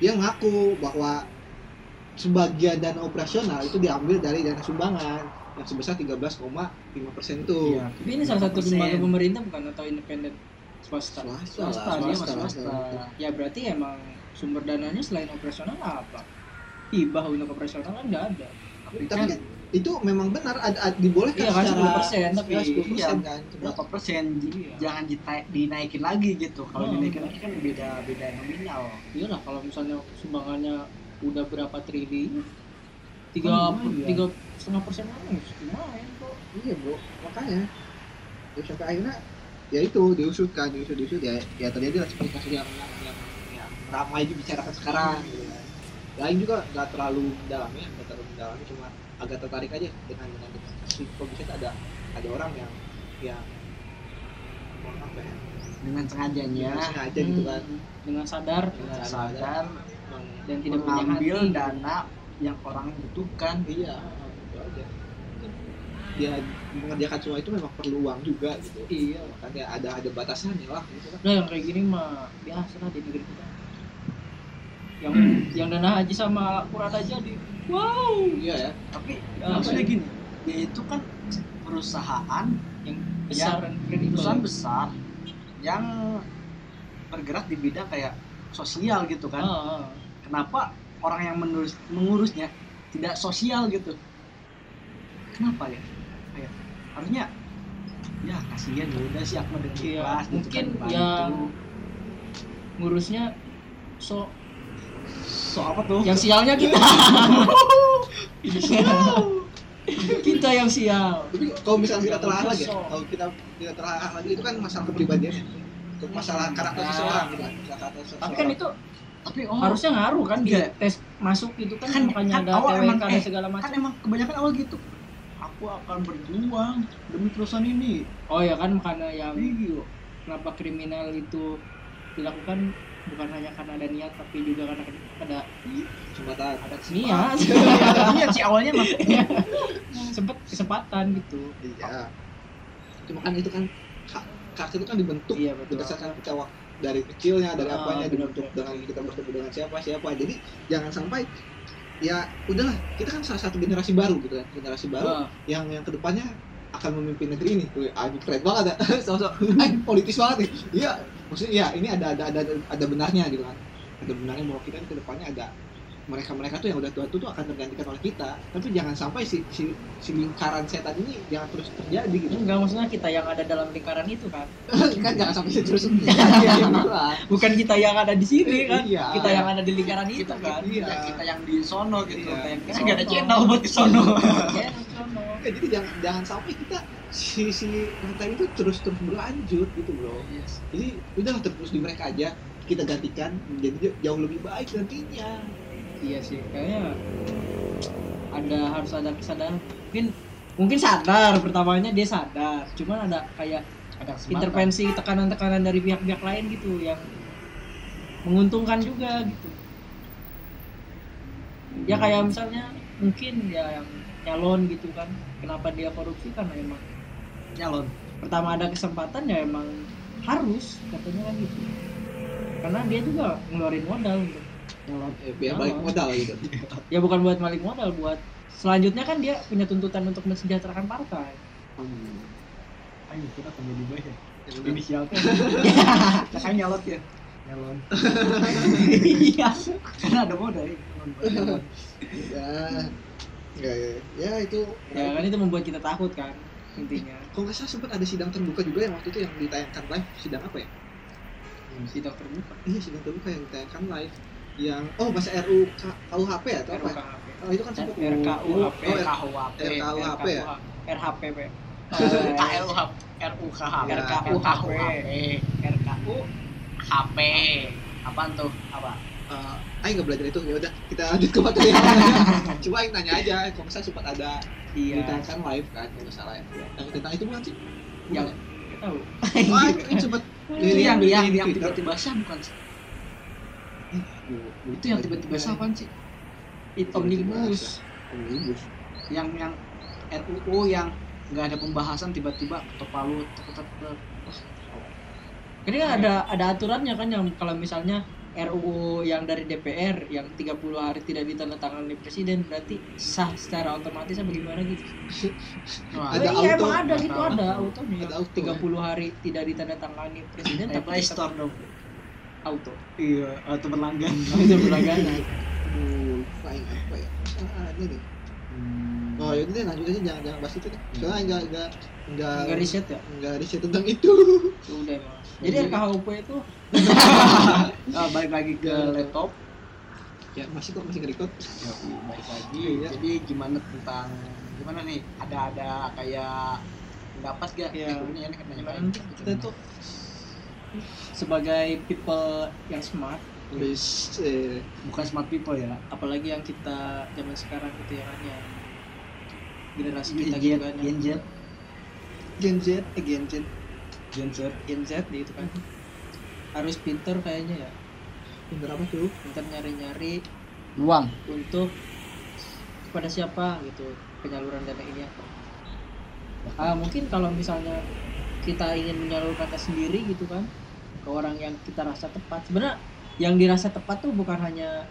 [SPEAKER 2] dia ngaku bahwa sebagian dana operasional itu diambil dari dana sumbangan yang sebesar tiga belas koma lima persen itu.
[SPEAKER 3] Iya.
[SPEAKER 1] Tapi ini salah satu lembaga pemerintah bukan atau independen swasta?
[SPEAKER 2] Swasta,
[SPEAKER 3] Swasta,
[SPEAKER 2] lah,
[SPEAKER 3] dia
[SPEAKER 2] swasta,
[SPEAKER 3] mas swasta.
[SPEAKER 2] lah.
[SPEAKER 1] Ya berarti emang sumber dananya selain operasional apa? Hibah untuk operasional kan nggak ada.
[SPEAKER 2] Tapi kan itu memang benar ada, ada dibolehkan
[SPEAKER 1] Iya kan,
[SPEAKER 2] secara
[SPEAKER 1] sepuluh persen, tapi
[SPEAKER 2] sepuluh persen
[SPEAKER 3] iya,
[SPEAKER 2] kan. Cuma
[SPEAKER 3] berapa persen j-
[SPEAKER 1] Iya.
[SPEAKER 3] jangan dita- dinaikin lagi gitu. Kalau
[SPEAKER 1] Hmm.
[SPEAKER 3] dinaikin lagi kan beda beda nominal.
[SPEAKER 1] Iyalah kalau misalnya sumbangannya udah berapa triliun, tiga
[SPEAKER 3] Oh, iya.
[SPEAKER 1] tiga setengah persen aja lumayan kok.
[SPEAKER 2] iya bro, makanya terus sampai akhirnya ya itu diusut kan, diusut diusut ya ya terjadi lah seperti kasus yang yang, yang, yang ramai dibicarakan sekarang gitu kan. Lain juga nggak terlalu mendalam ya, nggak terlalu mendalam, cuma agak tertarik aja dengan dengan, dengan kasus kok bisa ada ada orang yang yang mau apa ya,
[SPEAKER 3] Dengan sengajanya
[SPEAKER 2] yang sengaja gitu kan,
[SPEAKER 1] Dengan sadar
[SPEAKER 3] dengan
[SPEAKER 2] sadar.
[SPEAKER 3] sadar
[SPEAKER 2] meng-
[SPEAKER 1] dan tidak punya
[SPEAKER 3] mengambil
[SPEAKER 1] hati.
[SPEAKER 3] dana yang orang butuhkan.
[SPEAKER 2] iya itu aja. Dia mengerjakan semua itu memang perlu uang juga gitu.
[SPEAKER 1] Iya.
[SPEAKER 2] Makanya ada ada batasannya lah gitu kan.
[SPEAKER 1] Nah yang kayak gini mah biasa lah di negeri kita. Yang yang dana haji sama Quran aja di wow.
[SPEAKER 2] Iya ya.
[SPEAKER 3] Tapi
[SPEAKER 1] Ya,
[SPEAKER 3] maksudnya
[SPEAKER 1] apa ya?
[SPEAKER 3] gini, dia itu kan perusahaan
[SPEAKER 1] Yang besar dan kredibel.
[SPEAKER 3] perusahaan besar yang bergerak di bidang kayak sosial gitu kan.
[SPEAKER 1] Ah, ah.
[SPEAKER 3] Kenapa orang yang menurus, mengurusnya tidak sosial gitu? Kenapa ya? Kayak harusnya ya kasihan ya udah sih aku dengan
[SPEAKER 1] Iya,
[SPEAKER 3] ikhlas gitu
[SPEAKER 1] mungkin
[SPEAKER 3] kan, bantu.
[SPEAKER 1] yang ngurusnya so
[SPEAKER 3] So apa tuh?
[SPEAKER 1] yang sialnya kita. Kita yang sial.
[SPEAKER 2] Tapi kalau misalnya kita
[SPEAKER 1] Yang
[SPEAKER 2] telah lagi, ya,
[SPEAKER 1] kosong.
[SPEAKER 2] kalau kita kita telah lagi itu kan masalah kepribadian, itu masalah karakter
[SPEAKER 1] Nah.
[SPEAKER 2] seseorang gitu kan. Masalah karakter seseorang.
[SPEAKER 1] Tapi kan itu
[SPEAKER 3] Tapi oh,
[SPEAKER 1] harusnya ngaruh kan di
[SPEAKER 3] Iya.
[SPEAKER 1] tes masuk itu kan,
[SPEAKER 3] Kan-
[SPEAKER 1] makanya
[SPEAKER 3] kan
[SPEAKER 1] ada
[SPEAKER 3] awal
[SPEAKER 1] T W K
[SPEAKER 3] emang,
[SPEAKER 1] dan
[SPEAKER 3] eh,
[SPEAKER 1] segala
[SPEAKER 3] kan
[SPEAKER 1] macam.
[SPEAKER 3] emang kebanyakan awal gitu. Aku akan berjuang demi perusahaan ini.
[SPEAKER 1] Oh ya kan, makanya yang
[SPEAKER 3] Iya.
[SPEAKER 1] kenapa kriminal itu dilakukan bukan hanya karena ada niat tapi juga karena ada
[SPEAKER 2] Jembatan.
[SPEAKER 1] ada niat.
[SPEAKER 3] Iya sih awalnya mah.
[SPEAKER 1] Sempet kesempatan gitu.
[SPEAKER 2] Iya. Cuma kan itu kan ka- karakter itu kan dibentuk
[SPEAKER 1] Iya betul.
[SPEAKER 2] berdasarkan kita wak- dari kecilnya, dari
[SPEAKER 1] Ah,
[SPEAKER 2] apanya
[SPEAKER 1] benar,
[SPEAKER 2] dibentuk
[SPEAKER 1] benar.
[SPEAKER 2] dengan kita bertemu dengan siapa siapa. Jadi jangan sampai ya udahlah, kita kan salah satu generasi baru gitu kan, generasi baru
[SPEAKER 1] Ah,
[SPEAKER 2] yang yang kedepannya akan memimpin negeri ini. Wih, ah, ini keren banget ya. Sosok, ah, ini politis banget nih. Iya, maksudnya ya ini ada ada ada ada benarnya gitu kan. Ada benarnya bahwa kita ke depannya ada mereka-mereka tuh yang udah tua tuh akan tergantikan oleh kita. Tapi jangan sampai si si, si lingkaran setan ini jangan terus terjadi gitu.
[SPEAKER 1] enggak, maksudnya kita yang ada dalam lingkaran itu kan.
[SPEAKER 2] Kan jangan sampai terus terjadi gitu lah.
[SPEAKER 1] Bukan kita yang ada di sini kan.
[SPEAKER 2] Iya.
[SPEAKER 1] Kita yang ada di lingkaran itu
[SPEAKER 3] Kita,
[SPEAKER 1] kan.
[SPEAKER 3] kita,
[SPEAKER 2] Iya.
[SPEAKER 3] kita yang di sono gitu.
[SPEAKER 2] Iya.
[SPEAKER 3] Kayak
[SPEAKER 1] Di
[SPEAKER 3] kita nggak ada
[SPEAKER 1] sono.
[SPEAKER 3] channel buat di sono.
[SPEAKER 1] Ya, sono.
[SPEAKER 2] Ya, jadi jangan jangan sampai kita si si rantai itu terus terus berlanjut gitu bro.
[SPEAKER 3] Yes.
[SPEAKER 2] Jadi udah terus di mereka aja, kita gantikan menjadi jauh lebih baik nantinya.
[SPEAKER 1] Iya sih, kayaknya ada harus ada kesadaran. Mungkin mungkin sadar, pertamanya dia sadar, cuman ada kayak
[SPEAKER 3] Ada kesempatan.
[SPEAKER 1] intervensi tekanan-tekanan dari pihak-pihak lain gitu yang menguntungkan juga gitu. Ya kayak misalnya mungkin ya yang nyalon gitu kan, kenapa dia korupsi karena emang
[SPEAKER 3] Nyalon.
[SPEAKER 1] pertama ada kesempatan ya emang harus katanya kan gitu, karena dia juga ngeluarin modal untuk nyalon.
[SPEAKER 2] Eh, biar balik modal gitu.
[SPEAKER 1] Ya bukan buat balik modal, buat selanjutnya kan dia punya tuntutan untuk mensejahterakan partai.
[SPEAKER 2] Hmm.
[SPEAKER 3] Ayo kita akan jadi baik ya.
[SPEAKER 2] Yang benar.
[SPEAKER 3] Inisial tuh. Kan nyalot ya. Nyalon.
[SPEAKER 1] Iya.
[SPEAKER 3] Karena ada modal ya. Nyalon.
[SPEAKER 2] Ya, ya, ya, ya itu.
[SPEAKER 1] Ya kan itu membuat kita takut kan intinya.
[SPEAKER 2] Kalau nggak salah sempat ada sidang terbuka juga yang waktu itu yang ditayangkan live. Sidang apa ya?
[SPEAKER 1] Sidang terbuka.
[SPEAKER 2] Iya, sidang terbuka yang ditayangkan live. Yang oh bahasa R U K U H P ya atau
[SPEAKER 1] R U
[SPEAKER 2] apa?
[SPEAKER 1] K H P.
[SPEAKER 2] Oh itu kan sempat
[SPEAKER 1] R K U H P.
[SPEAKER 2] Oh,
[SPEAKER 3] R K U H P.
[SPEAKER 2] R K U H P ya?
[SPEAKER 1] R H P P.
[SPEAKER 3] K L U H P. R U K H P.
[SPEAKER 2] Ya.
[SPEAKER 3] R K U H P. R K U H P. Apaan tuh? Apa?
[SPEAKER 2] Uh, Aing nggak belajar itu, ya udah kita lanjut ke materi yang lain. Coba Aing nanya aja, kalau misalnya sempat ada
[SPEAKER 1] Iya.
[SPEAKER 2] ditayangkan live kan, kalau nggak salah ya. Yang tentang itu bukan sih?
[SPEAKER 1] Yang
[SPEAKER 2] Bukan
[SPEAKER 1] nggak tahu.
[SPEAKER 2] ya? Oh, Aing Aing sempat
[SPEAKER 3] Itu yang
[SPEAKER 2] lihat
[SPEAKER 3] yang
[SPEAKER 2] di
[SPEAKER 3] yang
[SPEAKER 2] Twitter.
[SPEAKER 3] tiba-tiba sah bukan sih? Itu yang tiba-tiba sah apaan sih?
[SPEAKER 1] Itu omnibus.
[SPEAKER 2] Omnibus.
[SPEAKER 3] Yang yang R U U yang nggak ada pembahasan tiba-tiba ketok palu tek tek tek.
[SPEAKER 1] Ini kan ada ada aturannya kan, yang kalau misalnya R U U yang dari D P R yang tiga puluh hari tidak ditandatangani presiden berarti sah secara otomatis apa gimana gitu.
[SPEAKER 3] Wah,
[SPEAKER 2] Ada
[SPEAKER 1] iya,
[SPEAKER 2] auto.
[SPEAKER 1] emang ada gitu,
[SPEAKER 3] Tahu.
[SPEAKER 1] ada autonya.
[SPEAKER 2] Ada auto.
[SPEAKER 1] tiga puluh hari tidak ditandatangani presiden
[SPEAKER 3] Kayak
[SPEAKER 1] tapi
[SPEAKER 3] Play
[SPEAKER 1] tetap
[SPEAKER 3] Store dong.
[SPEAKER 1] auto.
[SPEAKER 3] Iya, atau berlangganan.
[SPEAKER 1] Itu berlangganan.
[SPEAKER 2] Uh, fine apa ya? Ah, ada nih.
[SPEAKER 3] Hmm.
[SPEAKER 2] Oh yaudah deh lanjut aja, jangan jangan bahas itu deh. Soalnya enggak enggak enggak
[SPEAKER 1] Enggak riset ya?
[SPEAKER 2] enggak riset tentang itu.
[SPEAKER 1] Udah emang. Jadi R K H U P itu
[SPEAKER 3] Ah, balik lagi ke laptop.
[SPEAKER 2] Ya masih kok masih nge-record.
[SPEAKER 3] Ya, balik lagi.
[SPEAKER 2] Iya.
[SPEAKER 3] Jadi gimana tentang gimana nih? Ada ada kayak pendapat gak?
[SPEAKER 1] Iya.
[SPEAKER 3] Eh, ini enak nanya
[SPEAKER 1] gimana nanti kita tuh sebagai people yang smart,
[SPEAKER 2] Wis eh
[SPEAKER 3] bukan smart people ya.
[SPEAKER 1] apalagi yang kita zaman sekarang gitu ya kan yang generasi kita
[SPEAKER 3] Gen
[SPEAKER 1] gitu
[SPEAKER 3] Z,
[SPEAKER 1] kan
[SPEAKER 3] Gen Z,
[SPEAKER 1] Gen Z, eh, Gen Z,
[SPEAKER 3] Gen Z.
[SPEAKER 1] Gen Z gitu kan harus pinter kayaknya ya,
[SPEAKER 2] pinter apa tuh?
[SPEAKER 1] pinter nyari-nyari
[SPEAKER 3] Luang.
[SPEAKER 1] untuk kepada siapa gitu penyaluran dana ini apa. Ah, mungkin kalau misalnya kita ingin menyalurkannya sendiri gitu kan ke orang yang kita rasa tepat, sebenarnya yang dirasa tepat tuh bukan hanya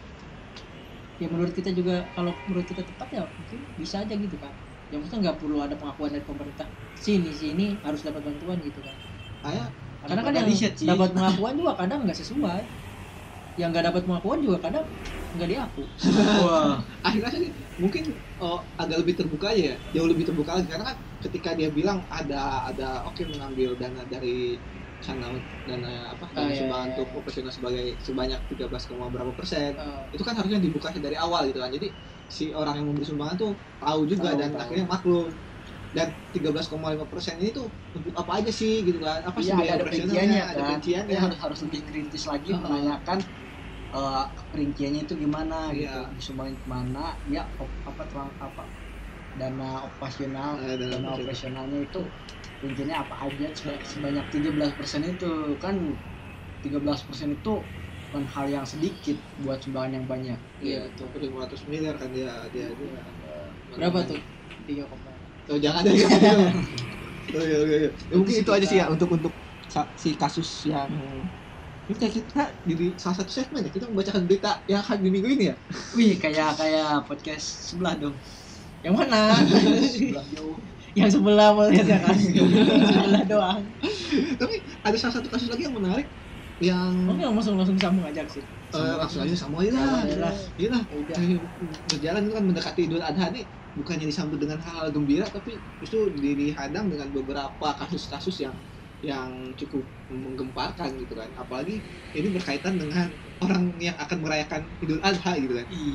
[SPEAKER 1] ya menurut kita juga, kalau menurut kita tepat ya mungkin bisa aja gitu kan, yang maksudnya nggak perlu ada pengakuan dari pemerintah sini sini harus dapat bantuan gitu kan.
[SPEAKER 2] Ayah
[SPEAKER 1] Karena kan
[SPEAKER 3] Ada
[SPEAKER 1] yang
[SPEAKER 3] riset sih.
[SPEAKER 1] dapat pengakuan juga kadang nggak sesuai, yang nggak dapat pengakuan juga kadang nggak diaku.
[SPEAKER 3] Wah.
[SPEAKER 2] akhirnya sih mungkin oh, agak lebih terbuka aja ya, jauh lebih terbuka lagi karena kan ketika dia bilang ada ada oke mengambil dana dari channel dana apa
[SPEAKER 1] Ah,
[SPEAKER 2] dana
[SPEAKER 1] iya,
[SPEAKER 2] sumbangan
[SPEAKER 1] iya,
[SPEAKER 2] untuk
[SPEAKER 1] iya.
[SPEAKER 2] operasional sebagai sebanyak tiga belas, berapa persen
[SPEAKER 1] Eh,
[SPEAKER 2] itu kan harusnya dibuka dari awal gitu kan, jadi si orang yang memberi sumbangan tuh tahu juga
[SPEAKER 1] Tahu,
[SPEAKER 2] dan
[SPEAKER 1] tahu.
[SPEAKER 2] akhirnya maklum. Dan tiga belas koma lima persen ini tuh untuk apa aja sih gitu kan, apa sih
[SPEAKER 3] Iya,
[SPEAKER 2] biaya
[SPEAKER 3] ada
[SPEAKER 2] operasionalnya,
[SPEAKER 3] perinciannya
[SPEAKER 2] ada
[SPEAKER 3] kan.
[SPEAKER 2] perinciannya.
[SPEAKER 3] Dia harus harus lebih kritis lagi
[SPEAKER 2] Uh-uh.
[SPEAKER 3] menanyakan eh, rinciannya itu gimana gitu,
[SPEAKER 2] Iya.
[SPEAKER 3] disumbangin kemana, ya op- apa terang apa dana operasional,
[SPEAKER 2] Eh, dana
[SPEAKER 3] dana
[SPEAKER 2] operasional.
[SPEAKER 3] operasionalnya itu rinciannya apa aja seba- sebanyak tiga belas persen itu kan, tiga belas persen itu bukan hal yang sedikit buat sumbangan yang banyak.
[SPEAKER 2] Iya, tuh lima ratus miliar kan dia dia dia.
[SPEAKER 1] berapa tuh? Tiga koma.
[SPEAKER 2] Oh, jangan deh jangan deh. Oh, iya, iya, iya. Ya, mungkin itu aja sih ya untuk untuk sa- si kasus yang ini kayak kita di salah satu segmen ya kita membacakan berita yang hari di minggu ini ya.
[SPEAKER 3] Wih, kayak kayak podcast sebelah dong.
[SPEAKER 1] Yang mana?
[SPEAKER 3] Sebelah jauh.
[SPEAKER 1] Yang sebelah podcast ya kan? Sebelah doang.
[SPEAKER 2] Tapi ada salah satu kasus lagi yang menarik yang
[SPEAKER 1] Oke, langsung langsung sambung aja sih.
[SPEAKER 2] eh, langsung aja sama aja lah.
[SPEAKER 1] Sama aja lah.
[SPEAKER 2] Iya lah.
[SPEAKER 1] Udah.
[SPEAKER 2] Eh, Berjalan itu kan mendekati Idul Adha nih, bukannya disambut dengan hal-hal gembira tapi justru dihadang dengan beberapa kasus-kasus yang yang cukup menggemparkan gitu kan, apalagi ini berkaitan dengan orang yang akan merayakan Idul Adha gitu kan.
[SPEAKER 3] Ih.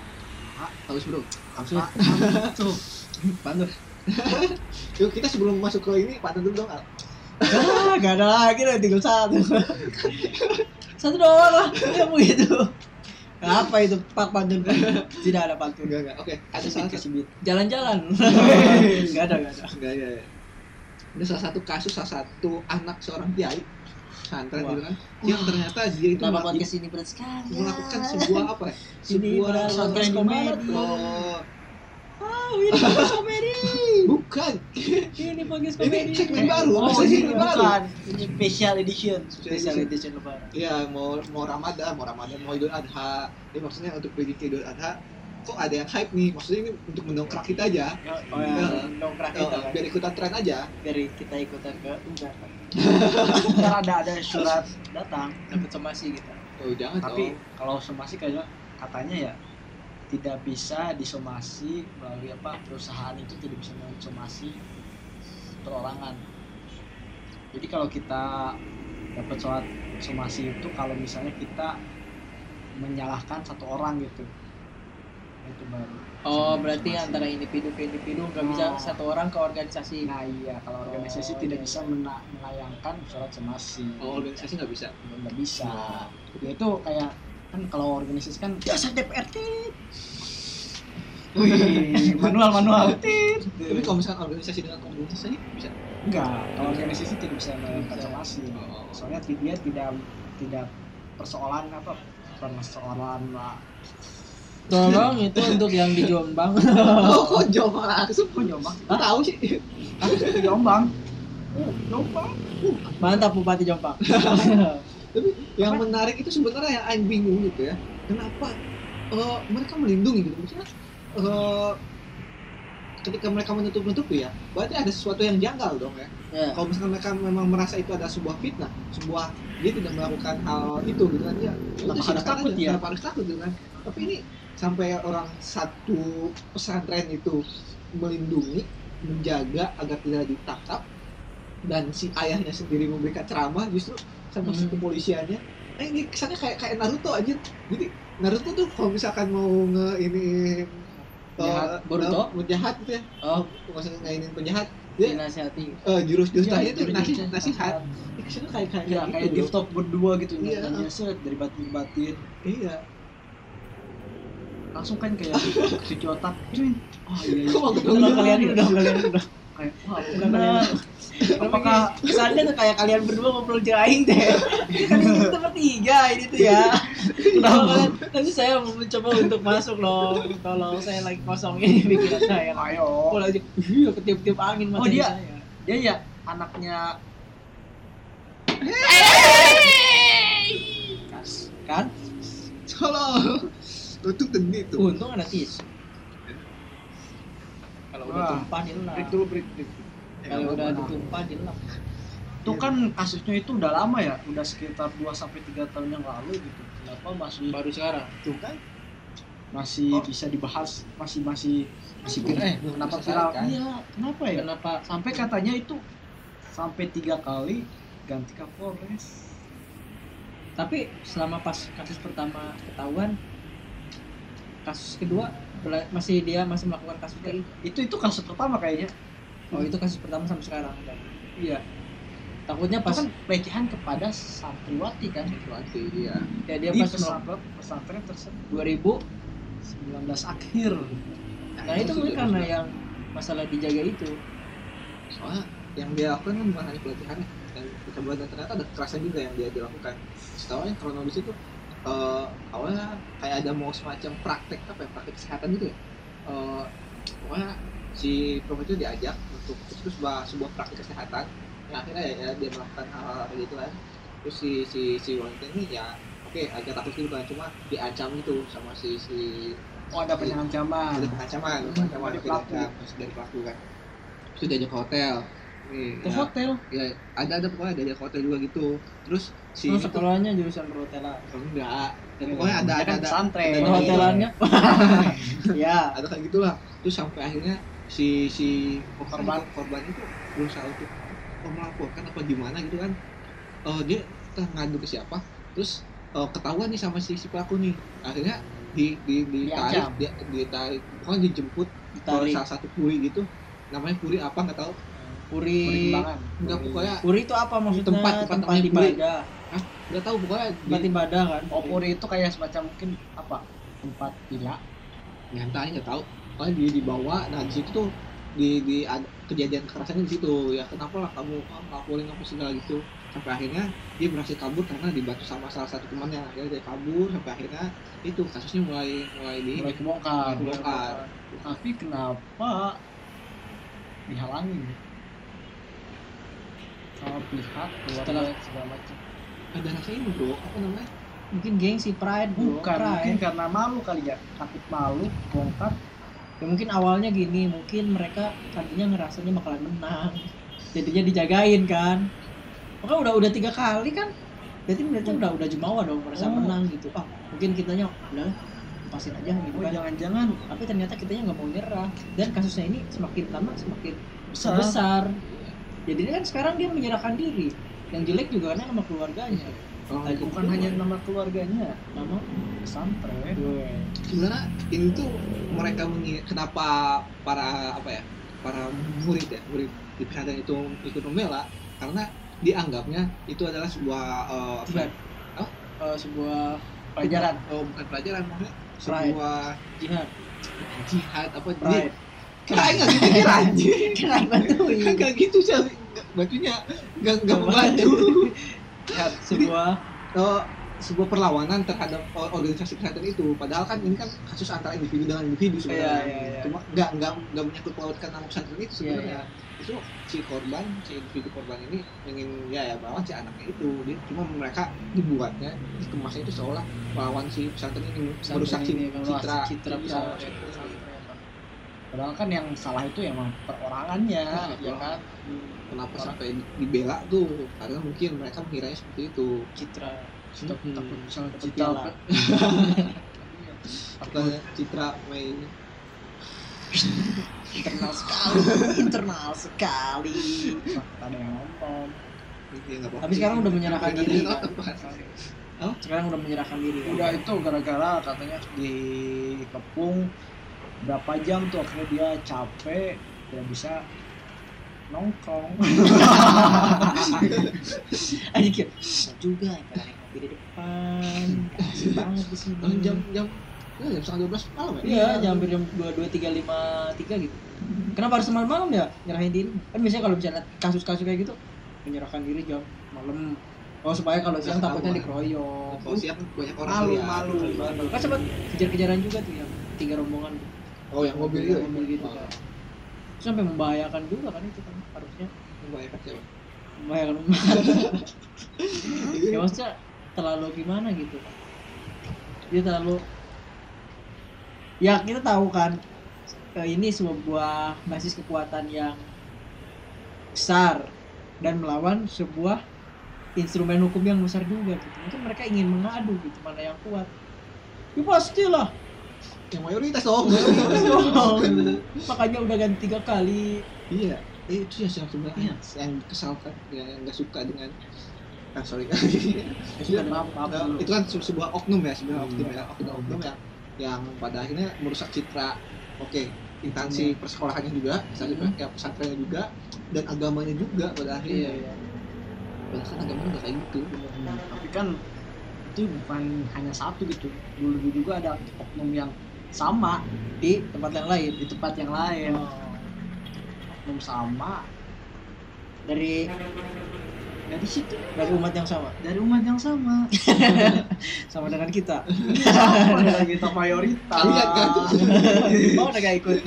[SPEAKER 2] Haus bro,
[SPEAKER 3] Apa? Tuh.
[SPEAKER 1] Pantur.
[SPEAKER 2] yuk kita sebelum masuk ke ini pantun dulu dong Al.
[SPEAKER 1] Ah, gak ada lagi lah, tinggal satu. Satu doang lah, ya begitu. Apa itu Pak pantun? Tidak ada pantun.
[SPEAKER 2] Enggak enggak, oke ada salah satu
[SPEAKER 3] Kasih beat.
[SPEAKER 1] Jalan-jalan. Gak ada, gak ada.
[SPEAKER 2] enggak ya, ya. Ada salah satu kasus salah satu anak seorang kiai santren
[SPEAKER 1] Wah.
[SPEAKER 2] gitu kan, yang ternyata dia itu
[SPEAKER 1] Nama
[SPEAKER 2] melakukan,
[SPEAKER 1] podcast ini berat sekali.
[SPEAKER 2] melakukan sebuah apa ya?
[SPEAKER 1] Ini
[SPEAKER 2] Sebuah
[SPEAKER 1] berat
[SPEAKER 3] pesantren di
[SPEAKER 1] komedi.
[SPEAKER 3] mana tuh?
[SPEAKER 2] oh,
[SPEAKER 1] Oh, ini podcast komedi.
[SPEAKER 2] bukan.
[SPEAKER 1] Ini podcast
[SPEAKER 2] Ini
[SPEAKER 1] komedi.
[SPEAKER 2] segmen baru,
[SPEAKER 3] Oh,
[SPEAKER 2] maksudnya
[SPEAKER 3] ini
[SPEAKER 2] segmen baru.
[SPEAKER 3] bukan. Ini special edition.
[SPEAKER 1] Special edition lebaran.
[SPEAKER 2] Iya, mau mau Ramadan, mau Ramadan, mau Idul Adha. Ini maksudnya untuk prediksi Idul Adha, kok ada yang hype nih? Maksudnya ini untuk mendongkrak kita aja.
[SPEAKER 1] Oh ya,
[SPEAKER 2] Ya.
[SPEAKER 1] dongkrak
[SPEAKER 2] Eh,
[SPEAKER 1] kita kan.
[SPEAKER 2] biar ikutan tren aja.
[SPEAKER 1] Biar kita ikutan ke undangan.
[SPEAKER 3] Ntar ada ada surat datang.
[SPEAKER 1] Dapat somasi kita.
[SPEAKER 2] Oh, jangan
[SPEAKER 3] Tapi
[SPEAKER 2] dong.
[SPEAKER 3] kalau somasi kayak katanya ya tidak bisa disomasi melalui apa, perusahaan itu tidak bisa mensomasi perorangan. Jadi kalau kita dapat surat somasi itu kalau misalnya kita menyalahkan satu orang gitu, itu baru.
[SPEAKER 1] Oh,
[SPEAKER 3] bisa
[SPEAKER 1] berarti
[SPEAKER 3] somasi.
[SPEAKER 1] antara individu ke individu nggak bisa
[SPEAKER 3] Oh.
[SPEAKER 1] satu orang ke organisasi.
[SPEAKER 3] Nah iya, kalau organisasi
[SPEAKER 1] Oh,
[SPEAKER 3] tidak
[SPEAKER 1] iya.
[SPEAKER 3] bisa mena- melayangkan surat somasi.
[SPEAKER 2] Oh, organisasi nggak bisa.
[SPEAKER 3] Nggak bisa. Ya itu kayak kan kalau organisasi kan dasar D P R tit. Wih, manual manual tit.
[SPEAKER 2] Tapi kalau misalkan organisasi dengan organisasi bisa.
[SPEAKER 3] Enggak, kalau organisasi tidak bisa melayangkan
[SPEAKER 1] Bisa.
[SPEAKER 3] somasi.
[SPEAKER 2] Oh.
[SPEAKER 3] Soalnya dia tidak tidak persoalan apa persoalan lah.
[SPEAKER 1] Tolong itu untuk yang di Jombang.
[SPEAKER 2] Oh, kok Jombang langsung?
[SPEAKER 3] Kok Jombang?
[SPEAKER 2] Kok tahu sih?
[SPEAKER 3] Jombang. Oh, Jombang.
[SPEAKER 1] Mantap Bupati Jombang.
[SPEAKER 2] Tapi yang menarik itu sebenarnya yang Aing bingung gitu ya, kenapa uh, mereka melindungi gitu, maksudnya uh, ketika mereka menutup-nutupi ya, berarti ada sesuatu yang janggal dong ya.
[SPEAKER 1] Ya.
[SPEAKER 2] Kalau misalkan mereka memang merasa itu adalah sebuah fitnah, sebuah dia tidak melakukan hal itu gitu kan, dia
[SPEAKER 3] Kenapa
[SPEAKER 2] udah
[SPEAKER 3] harus
[SPEAKER 2] silakan
[SPEAKER 3] takut
[SPEAKER 2] aja,
[SPEAKER 3] ya?
[SPEAKER 2] kenapa harus takut gitu kan. Tapi ini sampai orang satu pesantren itu melindungi, menjaga agar tidak ditangkap, dan si ayahnya sendiri memberikan ceramah justru sama si
[SPEAKER 1] Hmm.
[SPEAKER 2] kepolisiannya. Eh ini kesannya kayak kayak Naruto aja. Jadi Naruto tuh kalau misalkan mau nge ini
[SPEAKER 1] Jahat, Boruto?
[SPEAKER 2] penjahat gitu ya,
[SPEAKER 1] Oh,
[SPEAKER 2] maksudnya ngainin penjahat, dia
[SPEAKER 1] dinasihati.
[SPEAKER 2] uh, jurus-jurus
[SPEAKER 3] Iya,
[SPEAKER 2] terakhir itu
[SPEAKER 3] jurus-jurus
[SPEAKER 2] nasihat,
[SPEAKER 3] terakhir.
[SPEAKER 2] nasihat. Ini kesannya kayak kayak
[SPEAKER 3] Ya,
[SPEAKER 2] gitu
[SPEAKER 3] kayak di
[SPEAKER 2] loh.
[SPEAKER 3] talk berdua gitu,
[SPEAKER 2] Iya.
[SPEAKER 3] nyanyi set dari batin ke batin.
[SPEAKER 2] Iya.
[SPEAKER 3] Langsung kan kayak cuci otak. Cuy. Oh iya iya.
[SPEAKER 2] Kok mau
[SPEAKER 1] Udah kalian udah kalian udah.
[SPEAKER 3] Kayak wah
[SPEAKER 1] Udah
[SPEAKER 3] benar.
[SPEAKER 1] Apakah kesannya tuh kayak kalian berdua ngobrol jeraing deh? Kan ini kita bertiga ini tuh ya. Udah kalian nanti saya mau mencoba untuk masuk loh. Kalau saya lagi kosong ini pikiran saya.
[SPEAKER 3] Ayo.
[SPEAKER 1] Kalau aja, iya ketiup-tiup angin
[SPEAKER 3] Oh,
[SPEAKER 1] mata
[SPEAKER 3] dia-
[SPEAKER 1] saya.
[SPEAKER 3] Dia ya anaknya
[SPEAKER 1] Kan?
[SPEAKER 2] Solo. Untuk tadi itu.
[SPEAKER 1] Untung ada tisu. Kalau udah
[SPEAKER 3] Wah.
[SPEAKER 1] tumpah dilap.
[SPEAKER 3] break dulu break break.
[SPEAKER 1] Kalau udah
[SPEAKER 3] Nah,
[SPEAKER 1] ditumpah dilap.
[SPEAKER 3] itu kan kasusnya itu udah lama ya, udah sekitar dua sampai tiga tahun yang lalu gitu. Kenapa masih
[SPEAKER 1] Baru sekarang.
[SPEAKER 2] Tuh kan.
[SPEAKER 3] masih
[SPEAKER 2] Oh.
[SPEAKER 3] bisa dibahas, masih masih masih eh
[SPEAKER 2] Belum
[SPEAKER 3] kenapa
[SPEAKER 2] selesai,
[SPEAKER 3] viral?
[SPEAKER 2] kan?
[SPEAKER 3] Iya, kenapa ya?
[SPEAKER 1] Kenapa
[SPEAKER 3] Sampai katanya itu sampai tiga kali ganti Kapolres.
[SPEAKER 1] tapi selama pas kasus pertama ketahuan, kasus kedua bela- masih dia masih melakukan kasus lagi.
[SPEAKER 3] Itu itu kasus pertama kayaknya.
[SPEAKER 1] Oh itu kasus pertama sampai sekarang.
[SPEAKER 3] Iya.
[SPEAKER 1] Takutnya
[SPEAKER 3] Itu
[SPEAKER 1] pas
[SPEAKER 3] kan pelecehan kepada santriwati kan.
[SPEAKER 2] Berarti iya.
[SPEAKER 1] ya dia
[SPEAKER 3] Di
[SPEAKER 1] pas
[SPEAKER 3] pesantren pesantren tersebut
[SPEAKER 1] dua ribu.
[SPEAKER 3] sembilan belas akhir.
[SPEAKER 1] Nah itu mungkin karena yang masalah dijaga itu.
[SPEAKER 2] Soalnya yang dia lakukan kan bukan hanya pelecehan, dan kemudian ternyata ada kekerasan juga yang dia dilakukan. Setahu yang kronologis itu eh, awalnya kayak ada mau semacam praktek apa ya, praktek kesehatan gitu ya. Eh, pokoknya si perempuan itu diajak untuk itu sebuah sebuah praktek kesehatan. Yang akhirnya ya, ya dia melakukan hal-hal kayak gitu kan. Terus si si si wanita ini ya oke agak takut gitu kan, cuma diancam gitu sama si si
[SPEAKER 3] Oh ada pengancaman.
[SPEAKER 2] ada pengancaman,
[SPEAKER 3] Hmm,
[SPEAKER 2] pengancaman
[SPEAKER 3] dari
[SPEAKER 2] dari
[SPEAKER 3] pelaku.
[SPEAKER 2] pelaku, dari pelaku kan. Terus diajak ke hotel. Nih,
[SPEAKER 3] Ke
[SPEAKER 2] ya,
[SPEAKER 3] hotel.
[SPEAKER 2] ya ada ada pokoknya diajak ke hotel juga gitu. Terus si
[SPEAKER 1] Oh,
[SPEAKER 2] itu
[SPEAKER 1] sekolahnya jurusan perhotelan.
[SPEAKER 2] enggak. Ya, pokoknya ada
[SPEAKER 3] Dia
[SPEAKER 2] ada
[SPEAKER 3] kan
[SPEAKER 2] ada
[SPEAKER 3] pesantren.
[SPEAKER 2] ada-
[SPEAKER 1] Perhotelannya. Ya.
[SPEAKER 2] ada kayak gitulah. Terus sampai akhirnya si si
[SPEAKER 3] Korban.
[SPEAKER 2] korban itu berusaha untuk oh, melaporkan apa gimana gitu kan. Oh dia entah ngadu ke siapa. Terus eh, ketahuan nih sama si si pelaku nih. Akhirnya di di ditarik,
[SPEAKER 3] Diancam.
[SPEAKER 2] dia ditarik, pokoknya dijemput ke
[SPEAKER 1] Tarik
[SPEAKER 2] salah satu puri gitu. Namanya puri apa nggak tahu.
[SPEAKER 1] puri.
[SPEAKER 3] Perkembangan.
[SPEAKER 2] Enggak pokoknya
[SPEAKER 1] Puri itu apa maksudnya?
[SPEAKER 2] Tempat, tempat namanya puri.
[SPEAKER 1] ibadah.
[SPEAKER 2] nggak tahu pokoknya
[SPEAKER 1] Tempat
[SPEAKER 2] di
[SPEAKER 1] ibadah kan.
[SPEAKER 3] Oh puri itu kayak semacam mungkin apa? Tempat villa.
[SPEAKER 2] nyantai nggak tahu. Pokoknya dia dibawa, nah di situ tuh di di ada kejadian kekerasannya di situ ya. Kenapa lah kamu ah, ngelaporin apa segala gitu. Sampai akhirnya dia berhasil kabur karena dibantu sama salah satu temannya. Akhirnya dia kabur sampai akhirnya itu kasusnya mulai mulai di
[SPEAKER 3] Mulai kebongkar.
[SPEAKER 2] mulai kebongkar.
[SPEAKER 3] Tapi kenapa dihalangin sama pihak keluarga
[SPEAKER 1] Setelah-
[SPEAKER 3] segala macam?
[SPEAKER 2] Ada rasa ini bro, apa namanya?
[SPEAKER 1] Mungkin gengsi pride bro.
[SPEAKER 3] Bukan,
[SPEAKER 1] Pride.
[SPEAKER 3] mungkin karena malu kali ya, takut malu bongkar.
[SPEAKER 1] Ya mungkin awalnya gini, mungkin mereka tadinya ngerasanya bakalan menang, jadinya dijagain kan. Pokoknya udah udah tiga kali kan, berarti mereka udah udah jumawa dong, merasa
[SPEAKER 3] Oh.
[SPEAKER 1] menang gitu. Ah mungkin kitanya udah lepasin aja gitu
[SPEAKER 3] Oh
[SPEAKER 1] kan.
[SPEAKER 3] jangan-jangan
[SPEAKER 1] Tapi ternyata kitanya nggak mau nyerah, dan kasusnya ini semakin lama semakin
[SPEAKER 3] besar.
[SPEAKER 1] besar. Jadi kan sekarang dia menyerahkan diri. Yang jelek juga karena sama keluarganya.
[SPEAKER 2] Kalau
[SPEAKER 3] Nah, bukan hanya nama keluarganya,
[SPEAKER 1] Nama
[SPEAKER 3] pesantren.
[SPEAKER 2] sebenarnya ini tuh mereka mengi kenapa para apa ya para murid ya murid di pesantren itu ikut membela karena dianggapnya itu adalah sebuah eh, apa
[SPEAKER 1] jihad.
[SPEAKER 2] ya, Oh?
[SPEAKER 1] Eh, sebuah
[SPEAKER 3] Pelajaran.
[SPEAKER 2] oh bukan pelajaran maksudnya
[SPEAKER 1] Pride.
[SPEAKER 2] sebuah
[SPEAKER 1] jihad.
[SPEAKER 2] jihad apa
[SPEAKER 1] Pride.
[SPEAKER 2] kayak nggak gitu kira anjing
[SPEAKER 1] Kenapa bantuin?
[SPEAKER 2] nggak gitu sih batunya nggak nggak membantu
[SPEAKER 1] Jihad sebuah
[SPEAKER 2] oh sebuah perlawanan terhadap uh, organisasi pesantren itu. Padahal kan ini kan kasus antara individu dengan individu sebenarnya.
[SPEAKER 1] Iya, iya, iya.
[SPEAKER 2] Cuma nggak nggak nggak menyangkut pautkan nama pesantren itu sebenarnya.
[SPEAKER 1] Iya,
[SPEAKER 2] Itu si korban, si individu korban ini ingin ya ya melawan si anaknya itu. Dia, cuma mereka dibuatnya dikemasnya itu seolah melawan si pesantren ini, merusak
[SPEAKER 1] ini
[SPEAKER 2] citra
[SPEAKER 1] citra
[SPEAKER 2] iya.
[SPEAKER 1] pesantren.
[SPEAKER 3] Padahal kan yang salah itu emang perorangannya,
[SPEAKER 2] Nah,
[SPEAKER 3] ya kan?
[SPEAKER 2] Kenapa sampai dibela tuh? Karena mungkin mereka mengiranya seperti itu.
[SPEAKER 1] Citra
[SPEAKER 3] Takut
[SPEAKER 2] Hmm.
[SPEAKER 3] takut misalnya
[SPEAKER 1] Takut
[SPEAKER 3] citra
[SPEAKER 1] piala.
[SPEAKER 2] Bukannya Citra Mei
[SPEAKER 1] internal sekali, internal sekali.
[SPEAKER 3] ada yang nonton.
[SPEAKER 2] Iya, nggak apa-apa.
[SPEAKER 1] Tapi sekarang udah menyerahkan
[SPEAKER 2] Nggak
[SPEAKER 1] diri,
[SPEAKER 2] nonton,
[SPEAKER 1] kan?
[SPEAKER 2] Pak.
[SPEAKER 1] Sekarang udah menyerahkan diri. kan?
[SPEAKER 3] Udah itu gara-gara katanya dikepung berapa jam tuh akhirnya dia capek tidak bisa nongkrong.
[SPEAKER 1] Aja kira juga karena ngopi di depan, asik banget di sini.
[SPEAKER 2] Oh, jam jam ya, jam setengah dua belas malam ya?
[SPEAKER 1] Iya, jam hampir jam dua dua tiga lima tiga gitu. Kenapa harus malam-malam ya nyerahin diri? Kan biasanya kalau misalnya kasus-kasus kayak gitu menyerahkan diri jam malam. Oh supaya kalau siang
[SPEAKER 2] Nggak
[SPEAKER 1] takutnya
[SPEAKER 2] tahu,
[SPEAKER 1] dikeroyok.
[SPEAKER 2] Kalau siang banyak orang
[SPEAKER 3] Malu,
[SPEAKER 2] lihat.
[SPEAKER 3] malu.
[SPEAKER 1] Malu. Kan sempat kejar-kejaran juga tuh yang tiga rombongan tuh.
[SPEAKER 2] Oh, yang mobil
[SPEAKER 1] Yang
[SPEAKER 2] itu.
[SPEAKER 1] mobil gitu
[SPEAKER 2] Oh,
[SPEAKER 1] kan. Sampai membahayakan juga kan itu kan harusnya
[SPEAKER 2] membahayakan siapa?
[SPEAKER 1] membahayakan umat. Ya maksudnya terlalu gimana gitu kan. Dia terlalu ya kita tahu kan eh, ini sebuah basis kekuatan yang besar dan melawan sebuah instrumen hukum yang besar juga gitu. Mungkin mereka ingin mengadu gitu mana yang kuat. Ya pastilah.
[SPEAKER 2] Yang mayoritas dong.
[SPEAKER 1] Makanya udah ganti tiga kali.
[SPEAKER 2] Iya, eh, itu yang yang sebenarnya
[SPEAKER 1] Iya.
[SPEAKER 2] yang kesalkan, yang yang nggak suka dengan ah sorry.
[SPEAKER 3] Itu kan maaf, maaf
[SPEAKER 2] Nah,
[SPEAKER 3] dulu.
[SPEAKER 2] itu kan se- sebuah oknum ya, sebuah
[SPEAKER 3] Hmm,
[SPEAKER 2] oknum
[SPEAKER 3] iya.
[SPEAKER 2] ya, oknum oknum yang yang pada akhirnya merusak citra. Oke, instansi persekolahannya juga, instansi
[SPEAKER 1] Hmm.
[SPEAKER 2] ya, pesantrennya juga, dan agamanya juga pada akhirnya.
[SPEAKER 1] Iya.
[SPEAKER 2] Padahal kan agamanya nggak kayak gitu.
[SPEAKER 3] Hmm, tapi kan itu bukan hanya satu gitu. Dulu juga ada oknum yang sama
[SPEAKER 1] Di tempat yang lain.
[SPEAKER 3] di tempat yang lain.
[SPEAKER 1] Oh.
[SPEAKER 3] Oknum sama
[SPEAKER 1] Dari
[SPEAKER 3] dari situ,
[SPEAKER 1] dari umat yang sama.
[SPEAKER 3] dari umat yang sama.
[SPEAKER 1] Sama dengan kita.
[SPEAKER 3] Sama dengan kita mayoritas.
[SPEAKER 2] Kalian kan?
[SPEAKER 1] Oh udah gak ikut.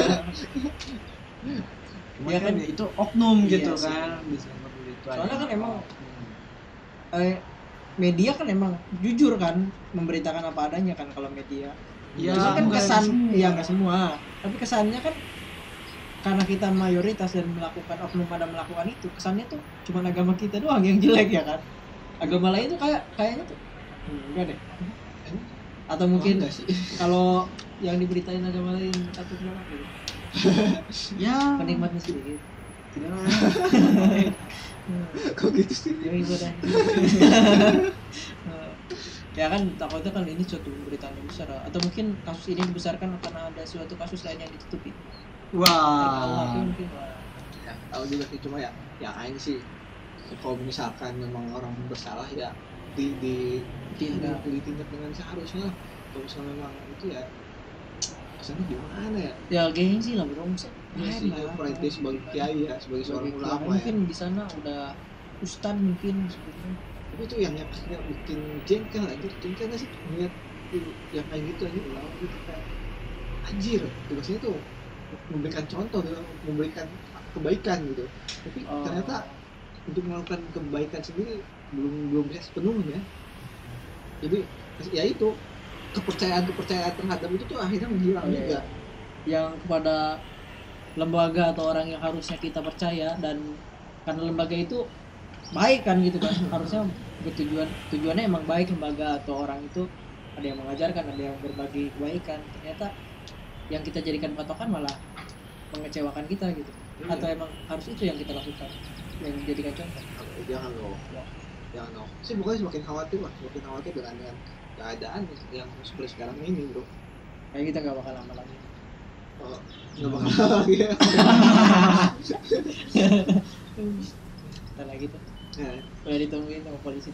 [SPEAKER 3] Cuma
[SPEAKER 1] Ya
[SPEAKER 3] kan
[SPEAKER 1] kan?
[SPEAKER 3] itu oknum
[SPEAKER 1] Iya
[SPEAKER 3] gitu
[SPEAKER 1] sih.
[SPEAKER 3] kan. Bisa seperti itu
[SPEAKER 1] Soalnya
[SPEAKER 3] aja.
[SPEAKER 1] kan emang eh, media kan emang jujur kan memberitakan apa adanya kan kalau media.
[SPEAKER 3] Ya,
[SPEAKER 1] Cuma kan
[SPEAKER 3] nggak
[SPEAKER 1] kesan
[SPEAKER 3] semua.
[SPEAKER 1] ya nggak semua. Tapi kesannya kan karena kita mayoritas dan melakukan oknum pada melakukan itu, kesannya tuh cuma agama kita doang yang jelek ya kan. Agama lain tuh kayak kayaknya tuh hmm, enggak deh. Atau mungkin
[SPEAKER 2] enggak sih.
[SPEAKER 1] kalau yang diberitain agama lain satu berapa gitu.
[SPEAKER 3] ya
[SPEAKER 1] Penikmatnya sedikit.
[SPEAKER 3] tidak
[SPEAKER 2] Kok gitu sih?
[SPEAKER 1] Ya itu dah. Ya kan takutnya kan ini suatu pemberitaan yang besar atau mungkin kasus ini dibesarkan karena ada suatu kasus lain yang ditutupi. Allah
[SPEAKER 3] wah
[SPEAKER 1] mungkin. Wah.
[SPEAKER 2] Ya, tahu juga sih, cuma ya ya aing sih kalau misalkan memang orang bersalah ya di di
[SPEAKER 1] Tindak.
[SPEAKER 2] ditindak dengan seharusnya lah. Kalau misalnya memang itu ya kesannya gimana ya?
[SPEAKER 1] Ya gengsi lah bro, masa
[SPEAKER 2] Ya sih, ya, apalagi sebagai kiai ya, sebagai seorang
[SPEAKER 1] Sebagai
[SPEAKER 2] ulama
[SPEAKER 1] kiai,
[SPEAKER 2] ya.
[SPEAKER 1] mungkin di sana udah ustad mungkin sebenarnya.
[SPEAKER 2] Tapi itu yang yang akhirnya bikin jengkel anjir, jengkel gak sih ngeliat tuh yang kayak gitu anjir, ulama gitu kayak anjir, tugasnya tuh memberikan contoh, memberikan kebaikan gitu. Tapi
[SPEAKER 1] Oh.
[SPEAKER 2] ternyata untuk melakukan kebaikan sendiri belum belum bisa sepenuhnya. Jadi ya itu kepercayaan kepercayaan terhadap itu tuh akhirnya menghilang
[SPEAKER 1] Oh, iya,
[SPEAKER 2] juga.
[SPEAKER 1] Yang kepada lembaga atau orang yang harusnya kita percaya dan karena lembaga itu baik kan gitu kan harusnya bertujuan tujuannya emang baik lembaga atau orang itu ada yang mengajarkan ada yang berbagi kebaikan ternyata yang kita jadikan patokan malah mengecewakan kita gitu
[SPEAKER 2] Iya.
[SPEAKER 1] atau emang harus itu yang kita lakukan yang dijadikan contoh.
[SPEAKER 2] Jangan loh, jangan loh. Saya bukannya semakin khawatir lah, semakin khawatir dengan dengan keadaan yang seperti sekarang ini bro.
[SPEAKER 1] Kayak kita nggak bakal lama lagi.
[SPEAKER 2] Oh, nggak bakal lagi ya.
[SPEAKER 1] Kita lagi tuh
[SPEAKER 2] Nah,
[SPEAKER 1] udah ditungguin sama polisi.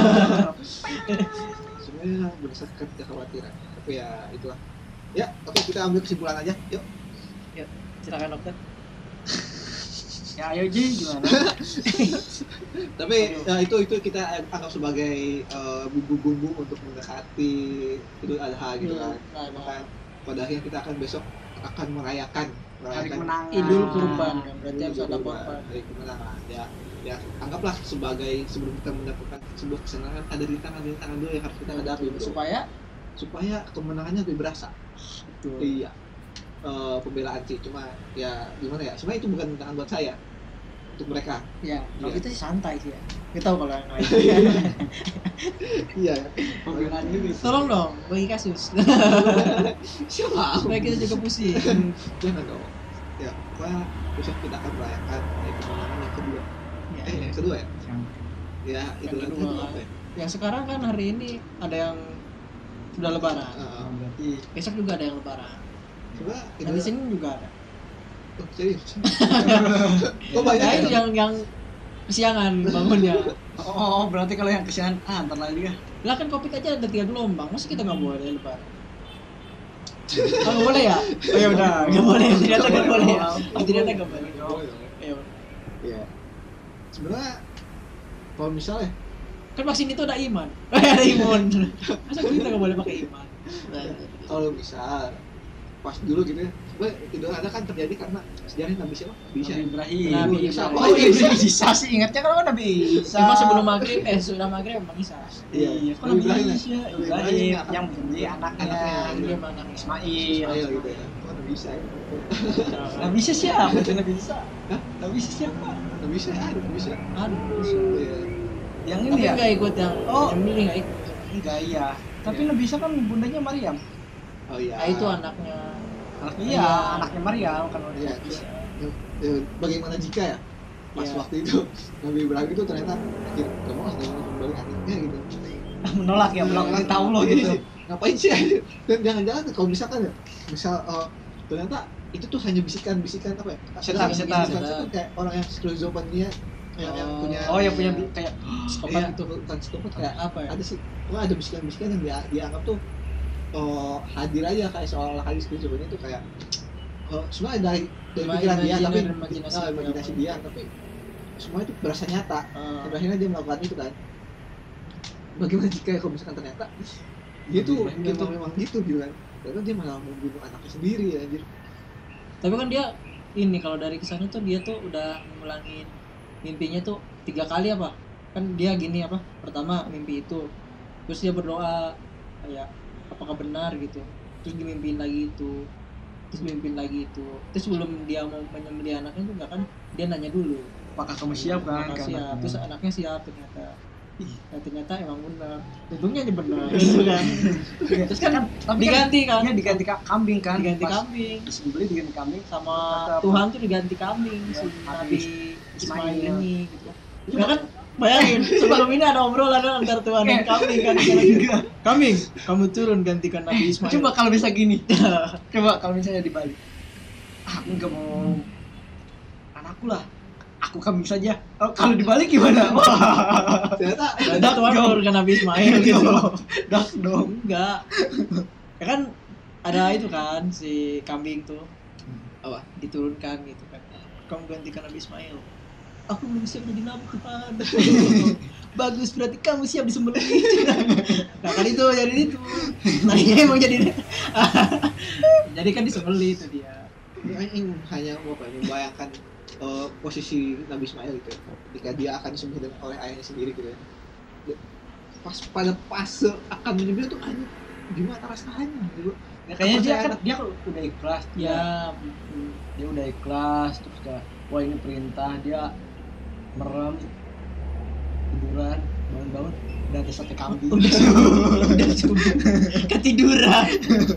[SPEAKER 2] sebenarnya berdasarkan kekhawatiran, tapi ya itulah. Ya, oke kita ambil kesimpulan aja. Yuk.
[SPEAKER 1] Silakan dokter.
[SPEAKER 3] Ya ayo Ji gimana?
[SPEAKER 2] Tapi ya, itu itu kita anggap sebagai eh, bumbu-bumbu untuk mendekati Idul Adha gitu kan.
[SPEAKER 1] Nah,
[SPEAKER 2] Maka pada akhirnya kita akan besok akan merayakan
[SPEAKER 3] Hari
[SPEAKER 2] merayakan
[SPEAKER 3] kemenangan.
[SPEAKER 1] Idul Kurban kan berarti harus ada
[SPEAKER 2] Kurban,
[SPEAKER 1] korban.
[SPEAKER 2] hari kemenangan ya. Ya anggaplah sebagai sebelum kita mendapatkan sebuah kesenangan ada rintangan-rintangan dulu yang harus kita hadapi bro.
[SPEAKER 1] Supaya
[SPEAKER 2] supaya kemenangannya lebih berasa.
[SPEAKER 1] betul.
[SPEAKER 2] Iya. Eh, pembelaan sih cuma ya gimana ya sebenarnya itu bukan rintangan buat saya untuk mereka.
[SPEAKER 1] Ya, kalau
[SPEAKER 2] Iya.
[SPEAKER 1] kita sih santai sih ya. Kita tahu kalau yang lain.
[SPEAKER 2] Iya.
[SPEAKER 3] Pembelaan juga.
[SPEAKER 1] Tolong dong bagi kasus.
[SPEAKER 2] Siapa?
[SPEAKER 1] Supaya kita juga pusing.
[SPEAKER 2] Jangan dong. Ya, pokoknya besok kita akan merayakan hari kemenangan yang kedua.
[SPEAKER 1] Ya.
[SPEAKER 2] Eh, yang kedua ya?
[SPEAKER 3] Yang
[SPEAKER 2] Ya, itu
[SPEAKER 1] Yang
[SPEAKER 2] lagi
[SPEAKER 1] kedua.
[SPEAKER 2] itu apa ya?
[SPEAKER 1] Yang sekarang kan hari ini ada yang sudah lebaran.
[SPEAKER 2] Heeh.
[SPEAKER 3] berarti
[SPEAKER 1] Besok juga ada yang lebaran.
[SPEAKER 2] Coba
[SPEAKER 1] Dan di sini juga ada.
[SPEAKER 2] Oh, serius. Oh, banyak
[SPEAKER 1] Nah,
[SPEAKER 2] ya?
[SPEAKER 1] itu yang yang kesiangan bangunnya.
[SPEAKER 3] oh berarti kalau yang kesian ah ntar lagi ya.
[SPEAKER 1] Lah kan Kopik aja ada tiga gelombang, masa kita nggak boleh lebaran? Oh, nggak boleh ya? Oh ya udah, nggak boleh. Ternyata nggak boleh ya. Oh, ternyata nggak boleh. Ya udah.
[SPEAKER 2] Iya. Sebenarnya kalau misalnya
[SPEAKER 1] Kan vaksin itu ada iman. Eh, ada imun. Masa kita nggak boleh pakai iman? Nah,
[SPEAKER 2] kalau misal pas dulu gitu ya, sebenarnya Idul Adha kan terjadi karena sejarah Nabi siapa? Bisa.
[SPEAKER 3] Nabi Ibrahim.
[SPEAKER 1] Nabi
[SPEAKER 2] Isa.
[SPEAKER 1] Ibrahim.
[SPEAKER 2] Oh, iya, Isa.
[SPEAKER 3] Isa sih ingatnya kalau Nabi Isa.
[SPEAKER 1] Cuma sebelum maghrib, eh sudah maghrib emang Isa.
[SPEAKER 3] Iya, kok
[SPEAKER 2] Nabi
[SPEAKER 3] Nabi
[SPEAKER 2] Ibrahim ya?
[SPEAKER 3] Isa,
[SPEAKER 2] Nabi
[SPEAKER 3] Ibrahim
[SPEAKER 2] Ibrahim
[SPEAKER 3] yang menjadi anaknya
[SPEAKER 2] Anaknya,
[SPEAKER 1] Dia mana?
[SPEAKER 3] Ismail.
[SPEAKER 2] Ismail gitu ya. Oh, Nabi Isa ya.
[SPEAKER 3] Nabi Isa siapa? Nabi Isa.
[SPEAKER 2] Hah?
[SPEAKER 3] Nabi Isa siapa?
[SPEAKER 2] Nabi Isa ya, ada Nabi Isa.
[SPEAKER 1] Aduh, Isa.
[SPEAKER 2] Iya.
[SPEAKER 3] Yang
[SPEAKER 1] Tapi
[SPEAKER 3] ini ya?
[SPEAKER 1] nggak ikut yang,
[SPEAKER 3] Oh.
[SPEAKER 1] yang milih nggak ikut.
[SPEAKER 3] Enggak iya. Tapi
[SPEAKER 2] Iya.
[SPEAKER 3] Nabi Isa kan bundanya Maryam.
[SPEAKER 2] Oh iya.
[SPEAKER 1] Nah itu anaknya.
[SPEAKER 3] Anaknya
[SPEAKER 1] Iya.
[SPEAKER 3] iya, anaknya Maryam kan udah
[SPEAKER 2] Iya.
[SPEAKER 3] Isa.
[SPEAKER 2] Ya, bagaimana jika ya pas
[SPEAKER 1] Iya.
[SPEAKER 2] waktu itu Nabi Ibrahim itu ternyata anjir gak mau ah jangan kembali anaknya gitu.
[SPEAKER 3] Menolak ya, melakukan tahu lo
[SPEAKER 2] Iya
[SPEAKER 3] gitu.
[SPEAKER 2] sih, ngapain sih anjir? Dan jangan-jangan kalau misalkan ya misal eh, ternyata itu tuh hanya bisikan-bisikan apa ya?
[SPEAKER 3] Setan, setan.
[SPEAKER 2] setan kayak orang yang skizofrenia dia yang, yang
[SPEAKER 1] Oh.
[SPEAKER 2] punya
[SPEAKER 3] Oh, yang punya bi- kayak
[SPEAKER 1] Psikopat
[SPEAKER 2] iya,
[SPEAKER 1] gitu.
[SPEAKER 2] bukan psikopat kayak
[SPEAKER 1] Apa ya?
[SPEAKER 2] ada sih oh, ada bisikan-bisikan yang dia dianggap tuh oh, hadir aja kayak seolah-olah hadir skizofrenia itu kayak oh, semua dari dari
[SPEAKER 1] Cuma
[SPEAKER 2] pikiran dia
[SPEAKER 1] imajina-
[SPEAKER 2] tapi
[SPEAKER 1] imajinasi
[SPEAKER 2] ah, imajinasi dia tapi semua itu berasa nyata.
[SPEAKER 1] Ah.
[SPEAKER 2] Sampai akhirnya dia melakukan itu kan. Bagaimana jika kalau misalkan ternyata dia tuh
[SPEAKER 3] Memang-
[SPEAKER 2] gitu memang gitu gitu kan. Ternyata dia malah membunuh anaknya sendiri ya anjir.
[SPEAKER 1] Tapi kan dia ini kalau dari kesannya tuh dia tuh udah ngulangin mimpinya tuh tiga kali apa? Kan dia gini apa? Pertama mimpi itu, terus dia berdoa kayak apakah benar gitu. Terus dimimpiin lagi itu, terus mimpiin lagi itu. Terus sebelum dia mau menyembelih anaknya tuh enggak kan dia nanya dulu.
[SPEAKER 3] apakah kamu siap kan?
[SPEAKER 1] Apakah
[SPEAKER 3] Kan
[SPEAKER 1] siap?
[SPEAKER 3] anaknya.
[SPEAKER 1] Terus anaknya siap ternyata. Ih, nah, ternyata emang benar. Untungnya aja benar. Gitu kan. Terus kan
[SPEAKER 3] Tapi
[SPEAKER 1] diganti kan?
[SPEAKER 3] Iya, diganti ka- kambing kan.
[SPEAKER 1] Diganti
[SPEAKER 3] Pas
[SPEAKER 1] kambing.
[SPEAKER 3] disembelih diganti kambing
[SPEAKER 1] Sama
[SPEAKER 3] Kata-
[SPEAKER 1] Tuhan tuh diganti kambing
[SPEAKER 3] Ya,
[SPEAKER 1] si
[SPEAKER 3] Nabi
[SPEAKER 1] Nabi Ismail
[SPEAKER 3] Ismail.
[SPEAKER 1] ini gitu. Ya kan bayangin sebelum ini ada obrolan antara Tuhan dan
[SPEAKER 3] Eh,
[SPEAKER 1] kambing kan.
[SPEAKER 3] enggak.
[SPEAKER 1] Kambing, kamu turun gantikan Nabi Ismail.
[SPEAKER 3] Coba kalau bisa gini. Coba kalau misalnya dibalik. Ah, aku enggak mau anakku lah. Aku kambing saja. Oh, kalau dibalik gimana? Wah.
[SPEAKER 2] Ternyata
[SPEAKER 1] Ada Tuhan
[SPEAKER 3] dong.
[SPEAKER 1] turunkan Nabi Ismail gitu.
[SPEAKER 3] Dak dong.
[SPEAKER 1] Enggak. Ya kan ada itu kan si kambing tuh
[SPEAKER 2] apa?
[SPEAKER 1] diturunkan gitu kan. Kamu gantikan Nabi Ismail. Aku belum siap jadi nabi Tuhan. Bagus, berarti kamu siap disembelih. Nah kan itu jadi itu. Nah iya emang jadi. Jadi kan disembelih itu dia.
[SPEAKER 2] Ini ini hanya mau apa? Membayangkan eh, posisi Nabi Ismail gitu ya. Ketika dia akan disembelih oleh ayahnya sendiri gitu ya. Dia- Pas pada fase akan menyembelih tuh anjir gimana rasanya gitu.
[SPEAKER 3] Ya, kayaknya dia kan
[SPEAKER 2] Anak-
[SPEAKER 3] dia udah ikhlas. Dia,
[SPEAKER 1] Ya,
[SPEAKER 3] dia udah ikhlas terus kayak wah ini perintah dia merem tiduran bangun-bangun udah ada sate kambing.
[SPEAKER 1] udah subuh, udah subuh, ketiduran.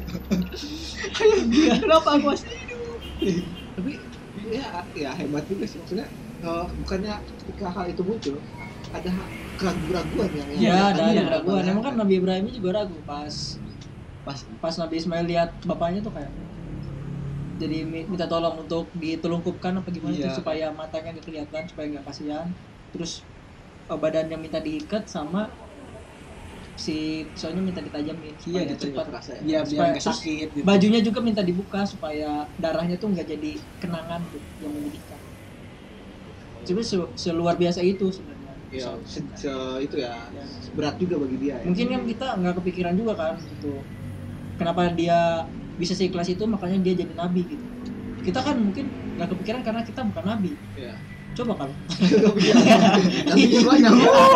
[SPEAKER 1] Kenapa aku masih hidup?
[SPEAKER 2] Tapi ya ya hebat juga sih maksudnya eh, bukannya ketika hal itu muncul ada keraguan-keraguan yang yang
[SPEAKER 1] Ya, ada ada
[SPEAKER 2] iya,
[SPEAKER 1] keraguan.
[SPEAKER 2] banyak.
[SPEAKER 1] Emang kan Nabi Ibrahim ini juga ragu pas pas pas Nabi Ismail lihat bapaknya tuh kayak jadi mi- minta tolong untuk ditulungkupkan apa gimana
[SPEAKER 3] Iya.
[SPEAKER 1] tuh supaya matanya nggak kelihatan supaya nggak kasihan. Terus eh, badannya minta diikat sama si pisaunya minta ditajamin supaya
[SPEAKER 3] Iya, gitu,
[SPEAKER 1] cepat.
[SPEAKER 2] terasa ya.
[SPEAKER 3] Biar biar
[SPEAKER 1] Supaya-
[SPEAKER 3] nggak sakit gitu.
[SPEAKER 1] Bajunya juga minta dibuka supaya darahnya tuh nggak jadi kenangan tuh yang menyedihkan. Cuma se- seluar biasa itu sebenarnya.
[SPEAKER 2] Ya, se, se- itu ya
[SPEAKER 1] Ya.
[SPEAKER 2] berat juga bagi dia ya.
[SPEAKER 1] Mungkin kan kita nggak kepikiran juga kan gitu. Kenapa dia bisa seikhlas itu, makanya dia jadi nabi gitu. Kita kan mungkin nggak kepikiran karena kita bukan nabi.
[SPEAKER 2] Iya.
[SPEAKER 1] Coba kalau
[SPEAKER 2] Tapi banyak.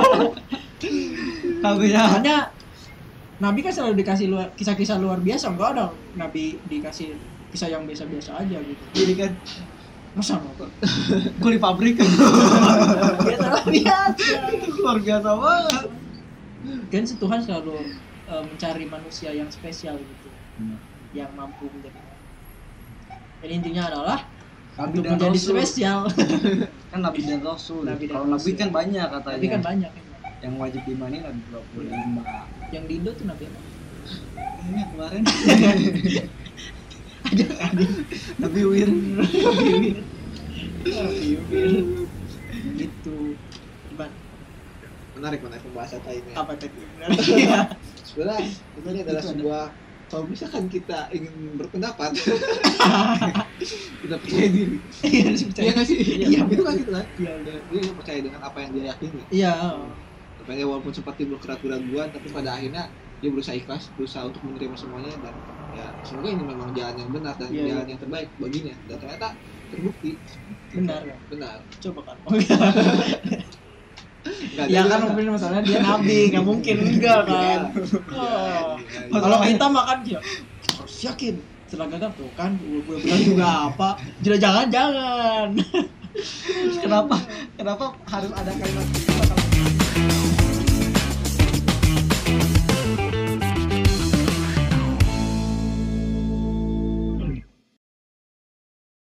[SPEAKER 1] makanya nabi kan selalu dikasih luar, kisah-kisah luar biasa. Enggak ada nabi dikasih kisah yang biasa-biasa aja gitu.
[SPEAKER 3] Jadi kan
[SPEAKER 1] Masa nggak?
[SPEAKER 3] kuli pabrik
[SPEAKER 1] Biasa biasa.
[SPEAKER 3] luar biasa banget.
[SPEAKER 1] Kan si Tuhan selalu uh, mencari manusia yang spesial gitu,
[SPEAKER 3] Hmm.
[SPEAKER 1] yang mampu menjadi. Jadi intinya adalah
[SPEAKER 3] Nabi
[SPEAKER 1] untuk
[SPEAKER 3] dan
[SPEAKER 1] menjadi
[SPEAKER 3] Rasul.
[SPEAKER 1] spesial.
[SPEAKER 3] Kan nabi dan rasul.
[SPEAKER 1] Nabi dan
[SPEAKER 3] Kalau nabi
[SPEAKER 1] Rasul.
[SPEAKER 3] kan banyak katanya.
[SPEAKER 1] Tapi kan banyak kan.
[SPEAKER 3] Yang wajib diimani nabi dua puluh lima.
[SPEAKER 1] Yang di Indo tuh nabi apa?
[SPEAKER 3] Ini kemarin
[SPEAKER 1] Ada ada.
[SPEAKER 3] Nabi Wir.
[SPEAKER 1] Nabi Wir. Nabi Wir. Gitu. Gimana?
[SPEAKER 2] Menarik menarik pembahasan ini.
[SPEAKER 1] Apa tadi?
[SPEAKER 2] Sebenarnya ini adalah
[SPEAKER 1] Itu ada.
[SPEAKER 2] sebuah, kalau misalkan kita ingin berpendapat kita percaya diri.
[SPEAKER 1] Iya, harus percaya.
[SPEAKER 2] Iya nggak sih?
[SPEAKER 1] Iya,
[SPEAKER 2] Itu kan gitu kan.
[SPEAKER 1] Iya,
[SPEAKER 2] Dia dia percaya dengan apa yang dia yakini.
[SPEAKER 1] Iya.
[SPEAKER 2] Makanya walaupun sempat timbul keraguan-keraguan, tapi pada akhirnya dia berusaha ikhlas, berusaha untuk menerima semuanya, dan ya semoga ini memang jalan yang benar dan
[SPEAKER 1] Iya,
[SPEAKER 2] jalan
[SPEAKER 1] iya.
[SPEAKER 2] yang terbaik baginya. Dan ternyata terbukti
[SPEAKER 1] Benar kan?
[SPEAKER 2] benar.
[SPEAKER 1] Coba kan.
[SPEAKER 2] Nggak
[SPEAKER 1] Ya
[SPEAKER 2] jadi
[SPEAKER 1] kan
[SPEAKER 2] masa.
[SPEAKER 1] mungkin masalahnya dia nabi, nggak mungkin enggak kan.
[SPEAKER 2] Iya,
[SPEAKER 1] Oh.
[SPEAKER 2] iya, iya.
[SPEAKER 1] Kalau kita makan ya harus yakin. Setelah gagal tuh kan, gue bilang juga apa? Jangan jangan.
[SPEAKER 3] Kenapa? Kenapa harus ada kalimat